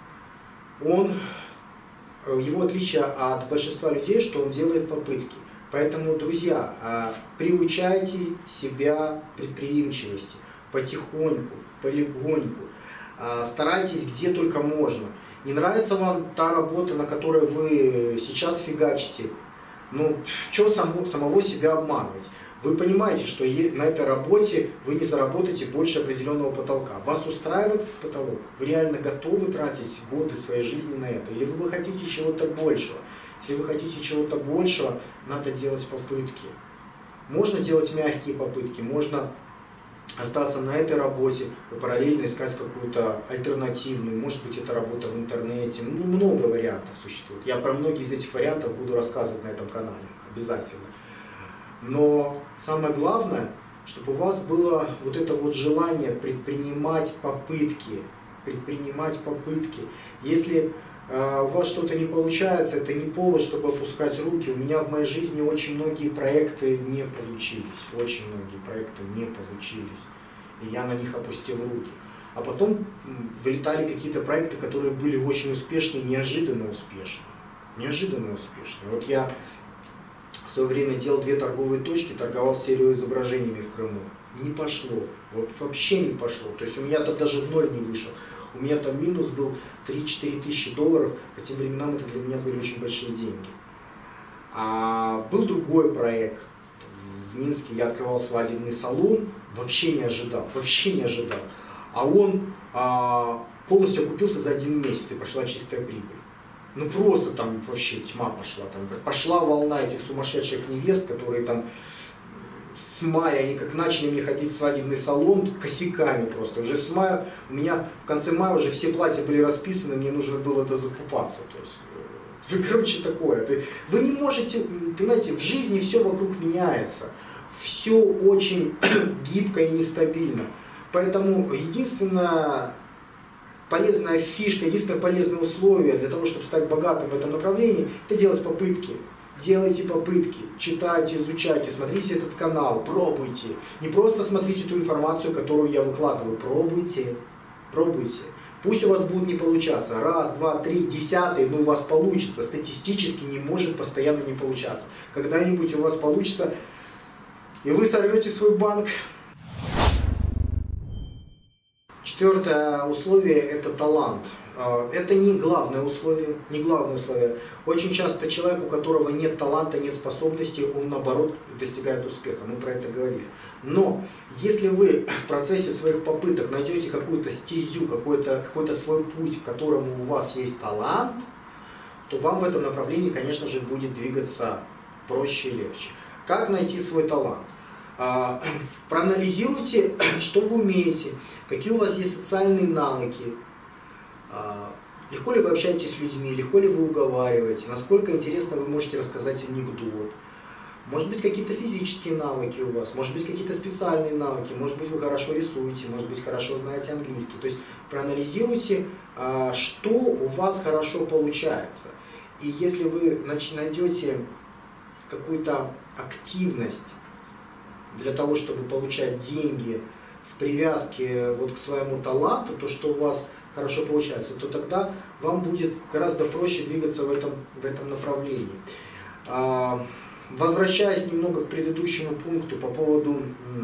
Он, его отличие от большинства людей, что он делает попытки. Поэтому, друзья, приучайте себя к предприимчивости потихоньку, полегоньку. Старайтесь где только можно. Не нравится вам та работа, на которой вы сейчас фигачите? Ну, что само, самого себя обманывать? Вы понимаете, что на этой работе вы не заработаете больше определенного потолка. Вас устраивает потолок? Вы реально готовы тратить годы своей жизни на это? Или вы хотите чего-то большего? Если вы хотите чего-то большего, надо делать попытки. Можно делать мягкие попытки, можно остаться на этой работе и параллельно искать какую-то альтернативную. Может быть, это работа в интернете. Ну, много вариантов существует. Я про многие из этих вариантов буду рассказывать на этом канале. Обязательно. Но самое главное, чтобы у вас было вот это вот желание предпринимать попытки. Предпринимать попытки. Если э, у вас что-то не получается, это не повод, чтобы опускать руки. У меня в моей жизни очень многие проекты не получились. Очень многие проекты не получились. И я на них опустил руки. А потом вылетали какие-то проекты, которые были очень успешные, неожиданно успешные. Неожиданно успешные. Вот я в свое время делал две торговые точки, торговал стереоизображениями в Крыму. Не пошло. Вот вообще не пошло. То есть у меня там даже в ноль не вышел. У меня там минус был три-четыре тысячи долларов. По тем временам это для меня были очень большие деньги. А был другой проект. В Минске я открывал свадебный салон. Вообще не ожидал. Вообще не ожидал. А он а, полностью окупился за один месяц и пошла чистая прибыль. Ну просто там вообще тьма пошла. Там пошла волна этих сумасшедших невест, которые там с мая, они как начали мне ходить в свадебный салон косяками просто. Уже с мая, у меня в конце мая уже все платья были расписаны, мне нужно было дозакупаться. То есть, ну, короче, такое. Вы не можете, понимаете, в жизни все вокруг меняется. Все очень гибко и нестабильно. Поэтому единственное... полезная фишка, единственное полезное условие для того, чтобы стать богатым в этом направлении, это делать попытки. Делайте попытки, читайте, изучайте, смотрите этот канал, пробуйте. Не просто смотрите ту информацию, которую я выкладываю, пробуйте, пробуйте. Пусть у вас будет не получаться, раз, два, три, десятый, но у вас получится. Статистически не может постоянно не получаться. Когда-нибудь у вас получится, и вы сорвете свой банк. Четвертое условие – это талант. Это не главное условие, не главное условие. Очень часто человек, у которого нет таланта, нет способностей, он наоборот достигает успеха. Мы про это говорили. Но если вы в процессе своих попыток найдете какую-то стезю, какой-то какой-то свой путь, к которому у вас есть талант, то вам в этом направлении, конечно же, будет двигаться проще и легче. Как найти свой талант? Проанализируйте, что вы умеете, какие у вас есть социальные навыки, легко ли вы общаетесь с людьми, легко ли вы уговариваете, насколько интересно вы можете рассказать анекдот. Может быть, какие-то физические навыки у вас, может быть, какие-то специальные навыки, может быть, вы хорошо рисуете, может быть, хорошо знаете английский. То есть проанализируйте, что у вас хорошо получается. И если вы найдете какую-то активность для того, чтобы получать деньги в привязке вот к своему таланту, то, что у вас хорошо получается, то тогда вам будет гораздо проще двигаться в этом, в этом направлении. А, возвращаясь немного к предыдущему пункту по поводу,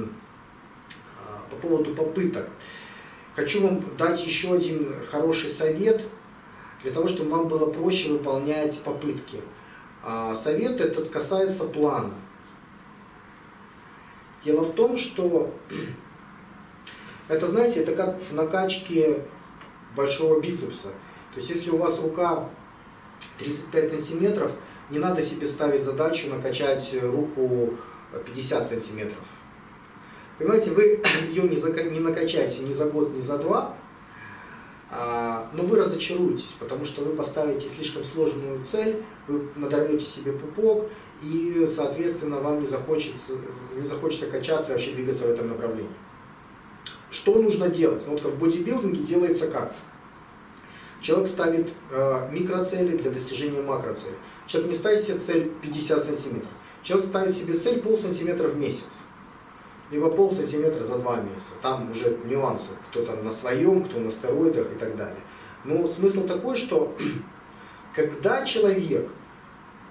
по поводу попыток, хочу вам дать еще один хороший совет для того, чтобы вам было проще выполнять попытки. А, совет этот касается плана. Дело в том, что это, знаете, это как в накачке большого бицепса. То есть, если у вас рука тридцать пять сантиметров, не надо себе ставить задачу накачать руку пятьдесят сантиметров. Понимаете, вы ее не, не накачаете ни за год, ни за два, а, но вы разочаруетесь, потому что вы поставите слишком сложную цель, вы надорвете себе пупок, и, соответственно, вам не захочется, не захочется качаться и вообще двигаться в этом направлении. Что нужно делать? Ну, вот в бодибилдинге делается как? Человек ставит э, микроцели для достижения макроцели. Человек не ставит себе цель пятьдесят сантиметров. Человек ставит себе цель полсантиметра в месяц. Либо полсантиметра за два месяца. Там уже нюансы. Кто там на своем, кто на стероидах и так далее. Но вот смысл такой, что когда человек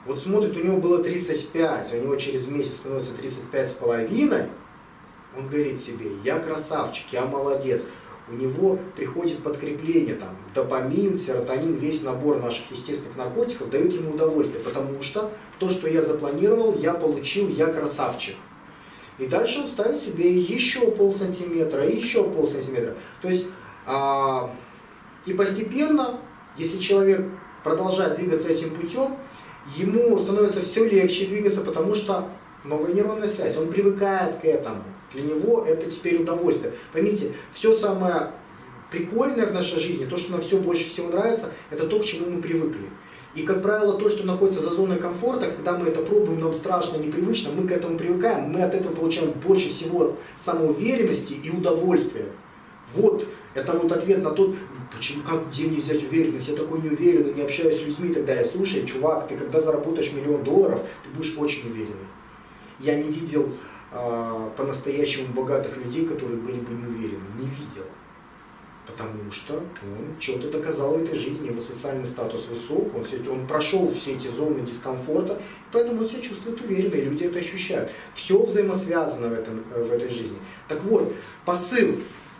Вот смотрит, у него было тридцать пять, у него через месяц становится тридцать пять с половиной, он говорит себе, я красавчик, я молодец. У него приходит подкрепление, там, допамин, серотонин, весь набор наших естественных наркотиков дают ему удовольствие, потому что то, что я запланировал, я получил, я красавчик. И дальше он ставит себе еще полсантиметра, еще полсантиметра. То есть, а, и постепенно, если человек продолжает двигаться этим путем, ему становится все легче двигаться, потому что новая нейронная связь, он привыкает к этому. Для него это теперь удовольствие. Поймите, все самое прикольное в нашей жизни, то, что нам все больше всего нравится, это то, к чему мы привыкли. И, как правило, то, что находится за зоной комфорта, когда мы это пробуем, нам страшно, непривычно, мы к этому привыкаем, мы от этого получаем больше всего самоуверенности и удовольствия. Вот, это вот ответ на тот, почему, как где мне взять уверенность, я такой неуверенный, не общаюсь с людьми и так далее. Слушай, чувак, ты когда заработаешь миллион долларов, ты будешь очень уверенный. Я не видел э, по-настоящему богатых людей, которые были бы не уверены, не видел. Потому что он что-то доказал в этой жизни, его социальный статус высок, он, все, он прошел все эти зоны дискомфорта, поэтому он себя чувствует уверенно, и люди это ощущают. Все взаимосвязано в, этом, в этой жизни. Так вот, посыл.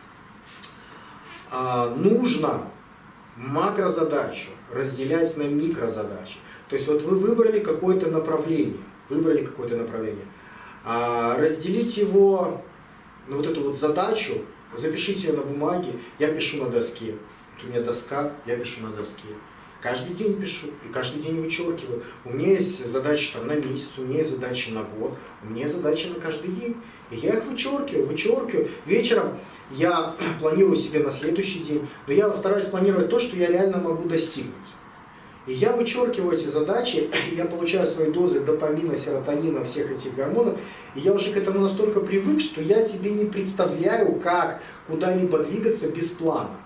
А, нужно макрозадачу разделять на микрозадачи. То есть вот вы выбрали какое-то направление, выбрали какое-то направление, а, разделить его на вот эту вот задачу, запишите ее на бумаге, я пишу на доске. Вот у меня доска, я пишу на доске. Каждый день пишу и каждый день вычеркиваю. У меня есть задачи там, на месяц, у меня есть задачи на год, у меня есть задачи на каждый день. И я их вычеркиваю, вычеркиваю. Вечером я планирую себе на следующий день, но я стараюсь планировать то, что я реально могу достигнуть. И я вычеркиваю эти задачи, я получаю свои дозы допамина, серотонина, всех этих гормонов, и я уже к этому настолько привык, что я себе не представляю, как куда-либо двигаться без плана.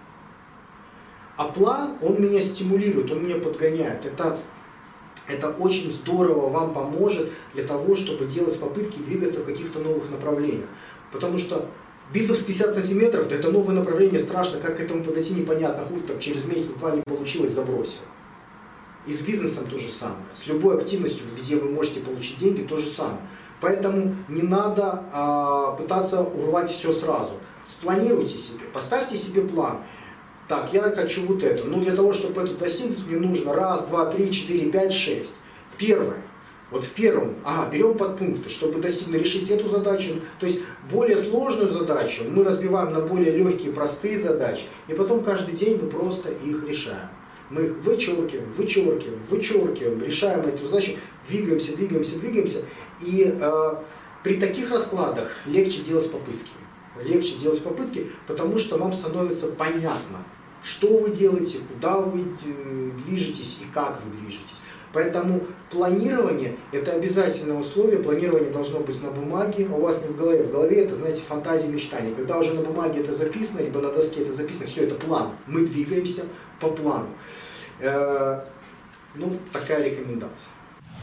А план, он меня стимулирует, он меня подгоняет. Это, это очень здорово вам поможет для того, чтобы делать попытки двигаться в каких-то новых направлениях. Потому что бицепс пятьдесят сантиметров, да это новое направление, страшно, как к этому подойти, непонятно, хуй, так через месяц-два не получилось, забросил. И с бизнесом то же самое, с любой активностью, где вы можете получить деньги, то же самое. Поэтому не надо а, пытаться урвать все сразу. Спланируйте себе, поставьте себе план. Так, я хочу вот это. Ну, для того, чтобы это достигнуть, мне нужно раз, два, три, четыре, пять, шесть. Первое. Вот в первом, ага, берем подпункты, чтобы достигнуть, решить эту задачу. То есть более сложную задачу мы разбиваем на более легкие, простые задачи. И потом каждый день мы просто их решаем. Мы их вычеркиваем, вычеркиваем, вычеркиваем, решаем эту задачу, двигаемся, двигаемся, двигаемся. И э, при таких раскладах легче делать попытки. Легче делать попытки, потому что вам становится понятно, что вы делаете, куда вы движетесь и как вы движетесь. Поэтому планирование – это обязательное условие. Планирование должно быть на бумаге, а у вас не в голове. В голове это, знаете, фантазии, мечтания. Когда уже на бумаге это записано, либо на доске это записано, все это план. Мы двигаемся по плану. Э, ну, такая рекомендация.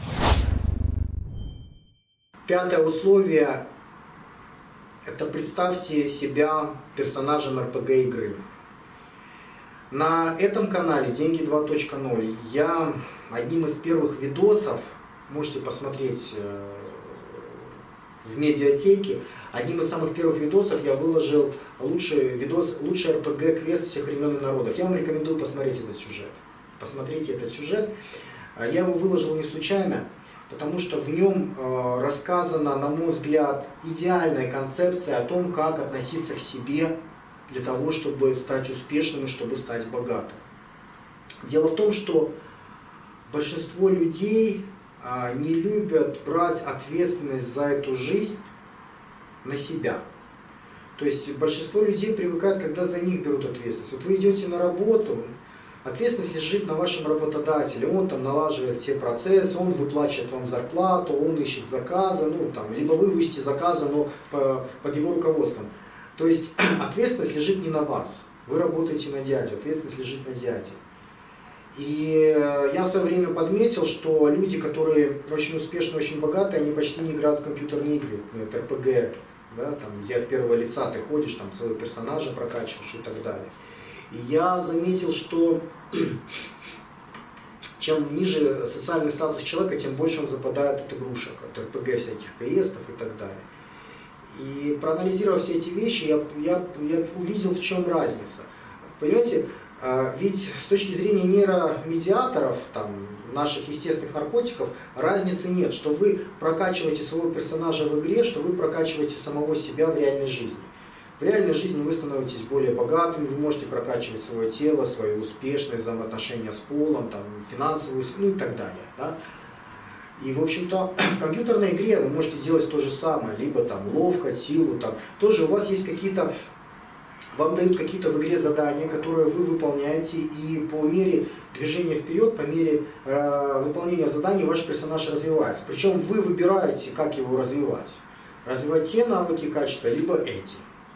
Пятое условие – это представьте себя персонажем эр пэ гэ игры. На этом канале Деньги два точка ноль я одним из первых видосов, можете посмотреть в медиатеке, одним из самых первых видосов я выложил лучший видос, лучший эр пэ гэ-квест всех времен и народов. Я вам рекомендую посмотреть этот сюжет. Посмотрите этот сюжет. Я его выложил не случайно, потому что в нем рассказана, на мой взгляд, идеальная концепция о том, как относиться к себе для того, чтобы стать успешным и чтобы стать богатым. Дело в том, что большинство людей а, не любят брать ответственность за эту жизнь на себя. То есть большинство людей привыкают, когда за них берут ответственность. Вот вы идете на работу, ответственность лежит на вашем работодателе, он там налаживает все процессы, он выплачивает вам зарплату, он ищет заказы, ну, там, либо вы ищете заказы, но по, под его руководством. То есть ответственность лежит не на вас, вы работаете на дядю, ответственность лежит на дяде. И я в свое время подметил, что люди, которые очень успешные, очень богатые, они почти не играют в компьютерные игры, эр пэ гэ, да, там, где от первого лица ты ходишь, там, своего персонажа прокачиваешь и так далее. И я заметил, что чем ниже социальный статус человека, тем больше он западает от игрушек, от эр пэ гэ всяких квестов и так далее. И проанализировав все эти вещи, я, я, я увидел, в чем разница. Понимаете, ведь с точки зрения нейромедиаторов, там, наших естественных наркотиков, разницы нет, что вы прокачиваете своего персонажа в игре, что вы прокачиваете самого себя в реальной жизни. В реальной жизни вы становитесь более богатыми, вы можете прокачивать свое тело, свою успешность, взаимоотношения с полом, там, финансовую, ну и так далее. Да? И, в общем-то, в компьютерной игре вы можете делать то же самое, либо там ловкость, силу, там, тоже у вас есть какие-то, вам дают какие-то в игре задания, которые вы выполняете, и по мере движения вперед, по мере э, выполнения заданий ваш персонаж развивается. Причем вы выбираете, как его развивать. Развивать те навыки, качества, либо эти.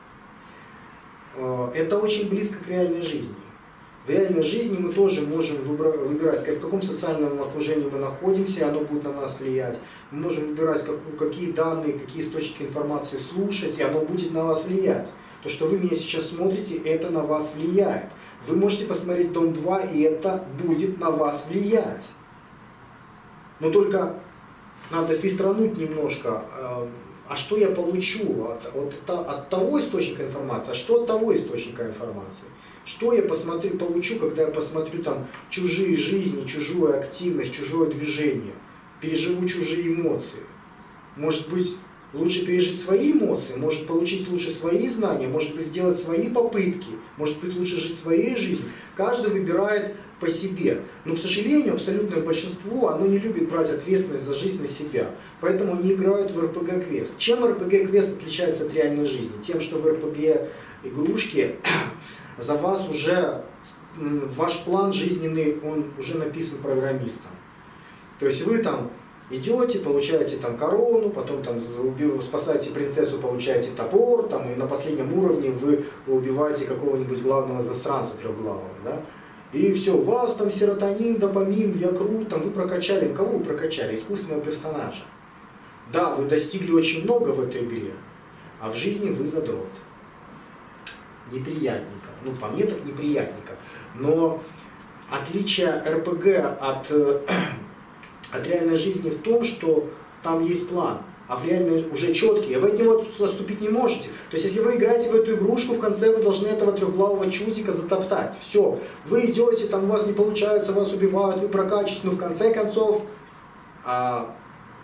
Это очень близко к реальной жизни. В реальной жизни мы тоже можем выбирать, в каком социальном окружении мы находимся, и оно будет на нас влиять. Мы можем выбирать, какие данные, какие источники информации слушать, и оно будет на вас влиять. То, что вы меня сейчас смотрите, это на вас влияет. Вы можете посмотреть Дом два, и это будет на вас влиять. Но только надо фильтрануть немножко. А что я получу от, от, от того источника информации, а что от того источника информации? Что я посмотрю, получу, когда я посмотрю там чужие жизни, чужую активность, чужое движение, переживу чужие эмоции? Может быть, лучше пережить свои эмоции, может получить лучше свои знания, может быть, сделать свои попытки, может быть, лучше жить своей жизнью. Каждый выбирает по себе. Но, к сожалению, абсолютное большинство, оно не любит брать ответственность за жизнь на себя. Поэтому они играют в эр пэ гэ-квест. Чем эр пэ гэ-квест отличается от реальной жизни? Тем, что в эр пэ гэ-игрушке за вас уже, ваш план жизненный, он уже написан программистом. То есть вы там идете, получаете там корону, потом там спасаете принцессу, получаете топор, там, и на последнем уровне вы убиваете какого-нибудь главного засранца трехглавого. Да? И все, у вас там серотонин, допамин, я крут, там вы прокачали. Кого вы прокачали? Искусственного персонажа. Да, вы достигли очень много в этой игре, а в жизни вы задрот. Неприятненько. Ну, по мне так неприятненько. Но отличие эр пэ гэ от, от реальной жизни в том, что там есть план. А в реальной уже четкий, вы от него отступить не можете. То есть, если вы играете в эту игрушку, в конце вы должны этого трехглавого чудика затоптать. Все. Вы идете, там у вас не получается, вас убивают, вы прокачиваете, но в конце концов а,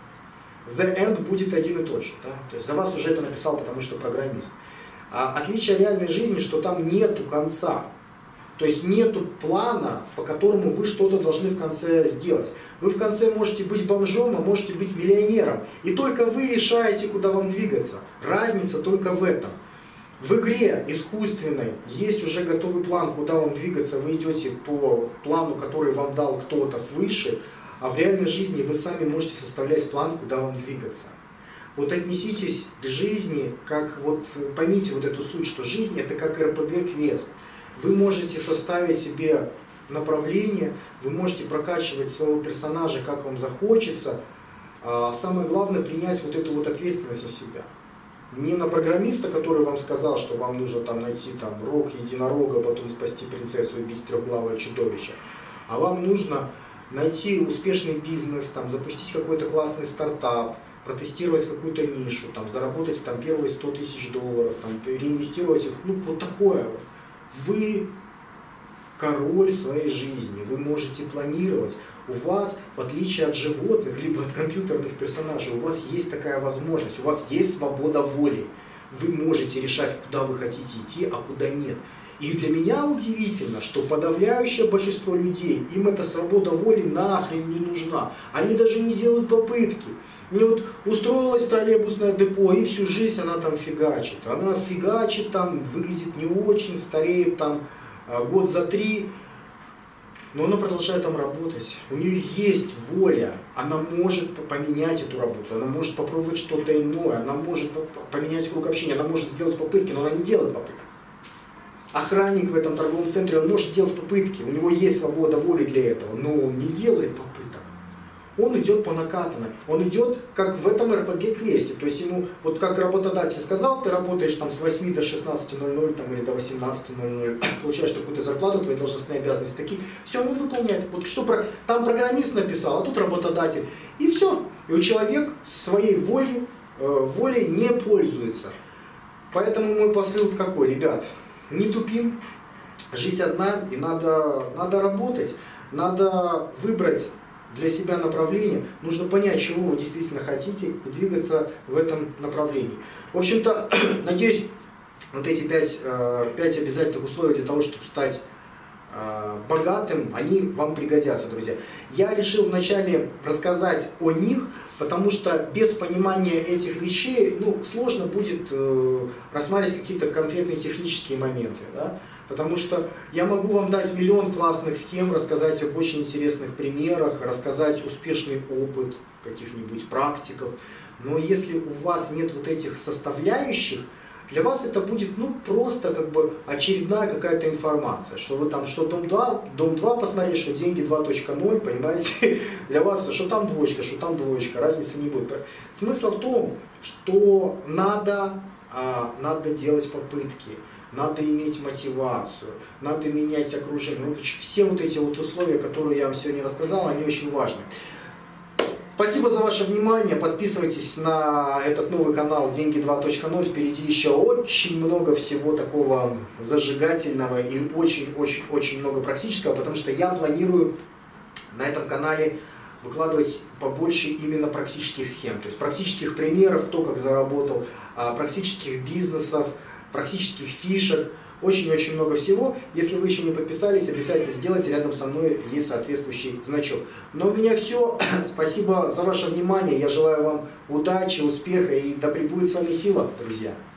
the end будет один и тот же. Да? То есть, за вас уже это написал, потому что программист. А отличие реальной жизни, что там нету конца. То есть нету плана, по которому вы что-то должны в конце сделать. Вы в конце можете быть бомжом, а можете быть миллионером. И только вы решаете, куда вам двигаться. Разница только в этом. В игре искусственной есть уже готовый план, куда вам двигаться. Вы идете по плану, который вам дал кто-то свыше. А в реальной жизни вы сами можете составлять план, куда вам двигаться. Вот отнеситесь к жизни, как вот поймите вот эту суть, что жизнь это как эр пэ гэ-квест. Вы можете составить себе направление, вы можете прокачивать своего персонажа, как вам захочется. А самое главное принять вот эту вот ответственность на себя. Не на программиста, который вам сказал, что вам нужно там найти там рог единорога, потом спасти принцессу и убить трехглавое чудовище. А вам нужно найти успешный бизнес, там, запустить какой-то классный стартап, протестировать какую-то нишу, там, заработать там, первые сто тысяч долларов, там, реинвестировать их, ну вот такое вот. Вы король своей жизни, вы можете планировать. У вас, в отличие от животных, либо от компьютерных персонажей, у вас есть такая возможность, у вас есть свобода воли. Вы можете решать, куда вы хотите идти, а куда нет. И для меня удивительно, что подавляющее большинство людей, им эта свобода воли нахрен не нужна. Они даже не делают попытки. Мне вот устроилось троллейбусное депо, и всю жизнь она там фигачит. Она фигачит там, выглядит не очень, стареет там год за три, но она продолжает там работать. У нее есть воля, она может поменять эту работу, она может попробовать что-то иное, она может поменять круг общения, она может сделать попытки, но она не делает попыток. Охранник в этом торговом центре, он может делать попытки, у него есть свобода воли для этого, но он не делает попыток. он идет по накатанной, он идет как в этом эр пэ гэ-квесте, то есть ему, вот как работодатель сказал, ты работаешь там с восьми до шестнадцати ноль-ноль там, или до восемнадцати ноль-ноль, получаешь какую-то зарплату, твои должностные обязанности такие, все, он выполняет. Вот что про, там программист написал, а тут работодатель, и все. И человек своей волей, э, волей не пользуется. Поэтому мой посыл какой, ребят, не тупим, жизнь одна, и надо, надо работать, надо выбрать для себя направление, нужно понять, чего вы действительно хотите, и двигаться в этом направлении. В общем-то, надеюсь, вот эти пять, пять обязательных условий для того, чтобы стать богатым, они вам пригодятся, друзья. Я решил вначале рассказать о них, потому что без понимания этих вещей, ну, сложно будет э, рассматривать какие-то конкретные технические моменты, да? Потому что я могу вам дать миллион классных схем, рассказать об очень интересных примерах, рассказать успешный опыт каких-нибудь практиков, но если у вас нет вот этих составляющих, для вас это будет, ну, просто как бы очередная какая-то информация, что вы там, что дом два, дом два посмотрели, что деньги два точка ноль, понимаете, для вас, что там двоечка, что там двоечка, разницы не будет. Смысл в том, что надо, а, надо делать попытки, надо иметь мотивацию, надо менять окружение. Ну, все вот эти вот условия, которые я вам сегодня рассказал, они очень важны. Спасибо за ваше внимание, подписывайтесь на этот новый канал деньги два точка ноль, впереди еще очень много всего такого зажигательного и очень-очень-очень много практического, потому что я планирую на этом канале выкладывать побольше именно практических схем, то есть практических примеров, то, как заработал, практических бизнесов, практических фишек. Очень-очень много всего. Если вы еще не подписались, обязательно сделайте. Рядом со мной есть соответствующий значок. Но у меня все. Спасибо за ваше внимание. Я желаю вам удачи, успеха и да пребудет с вами сила, друзья.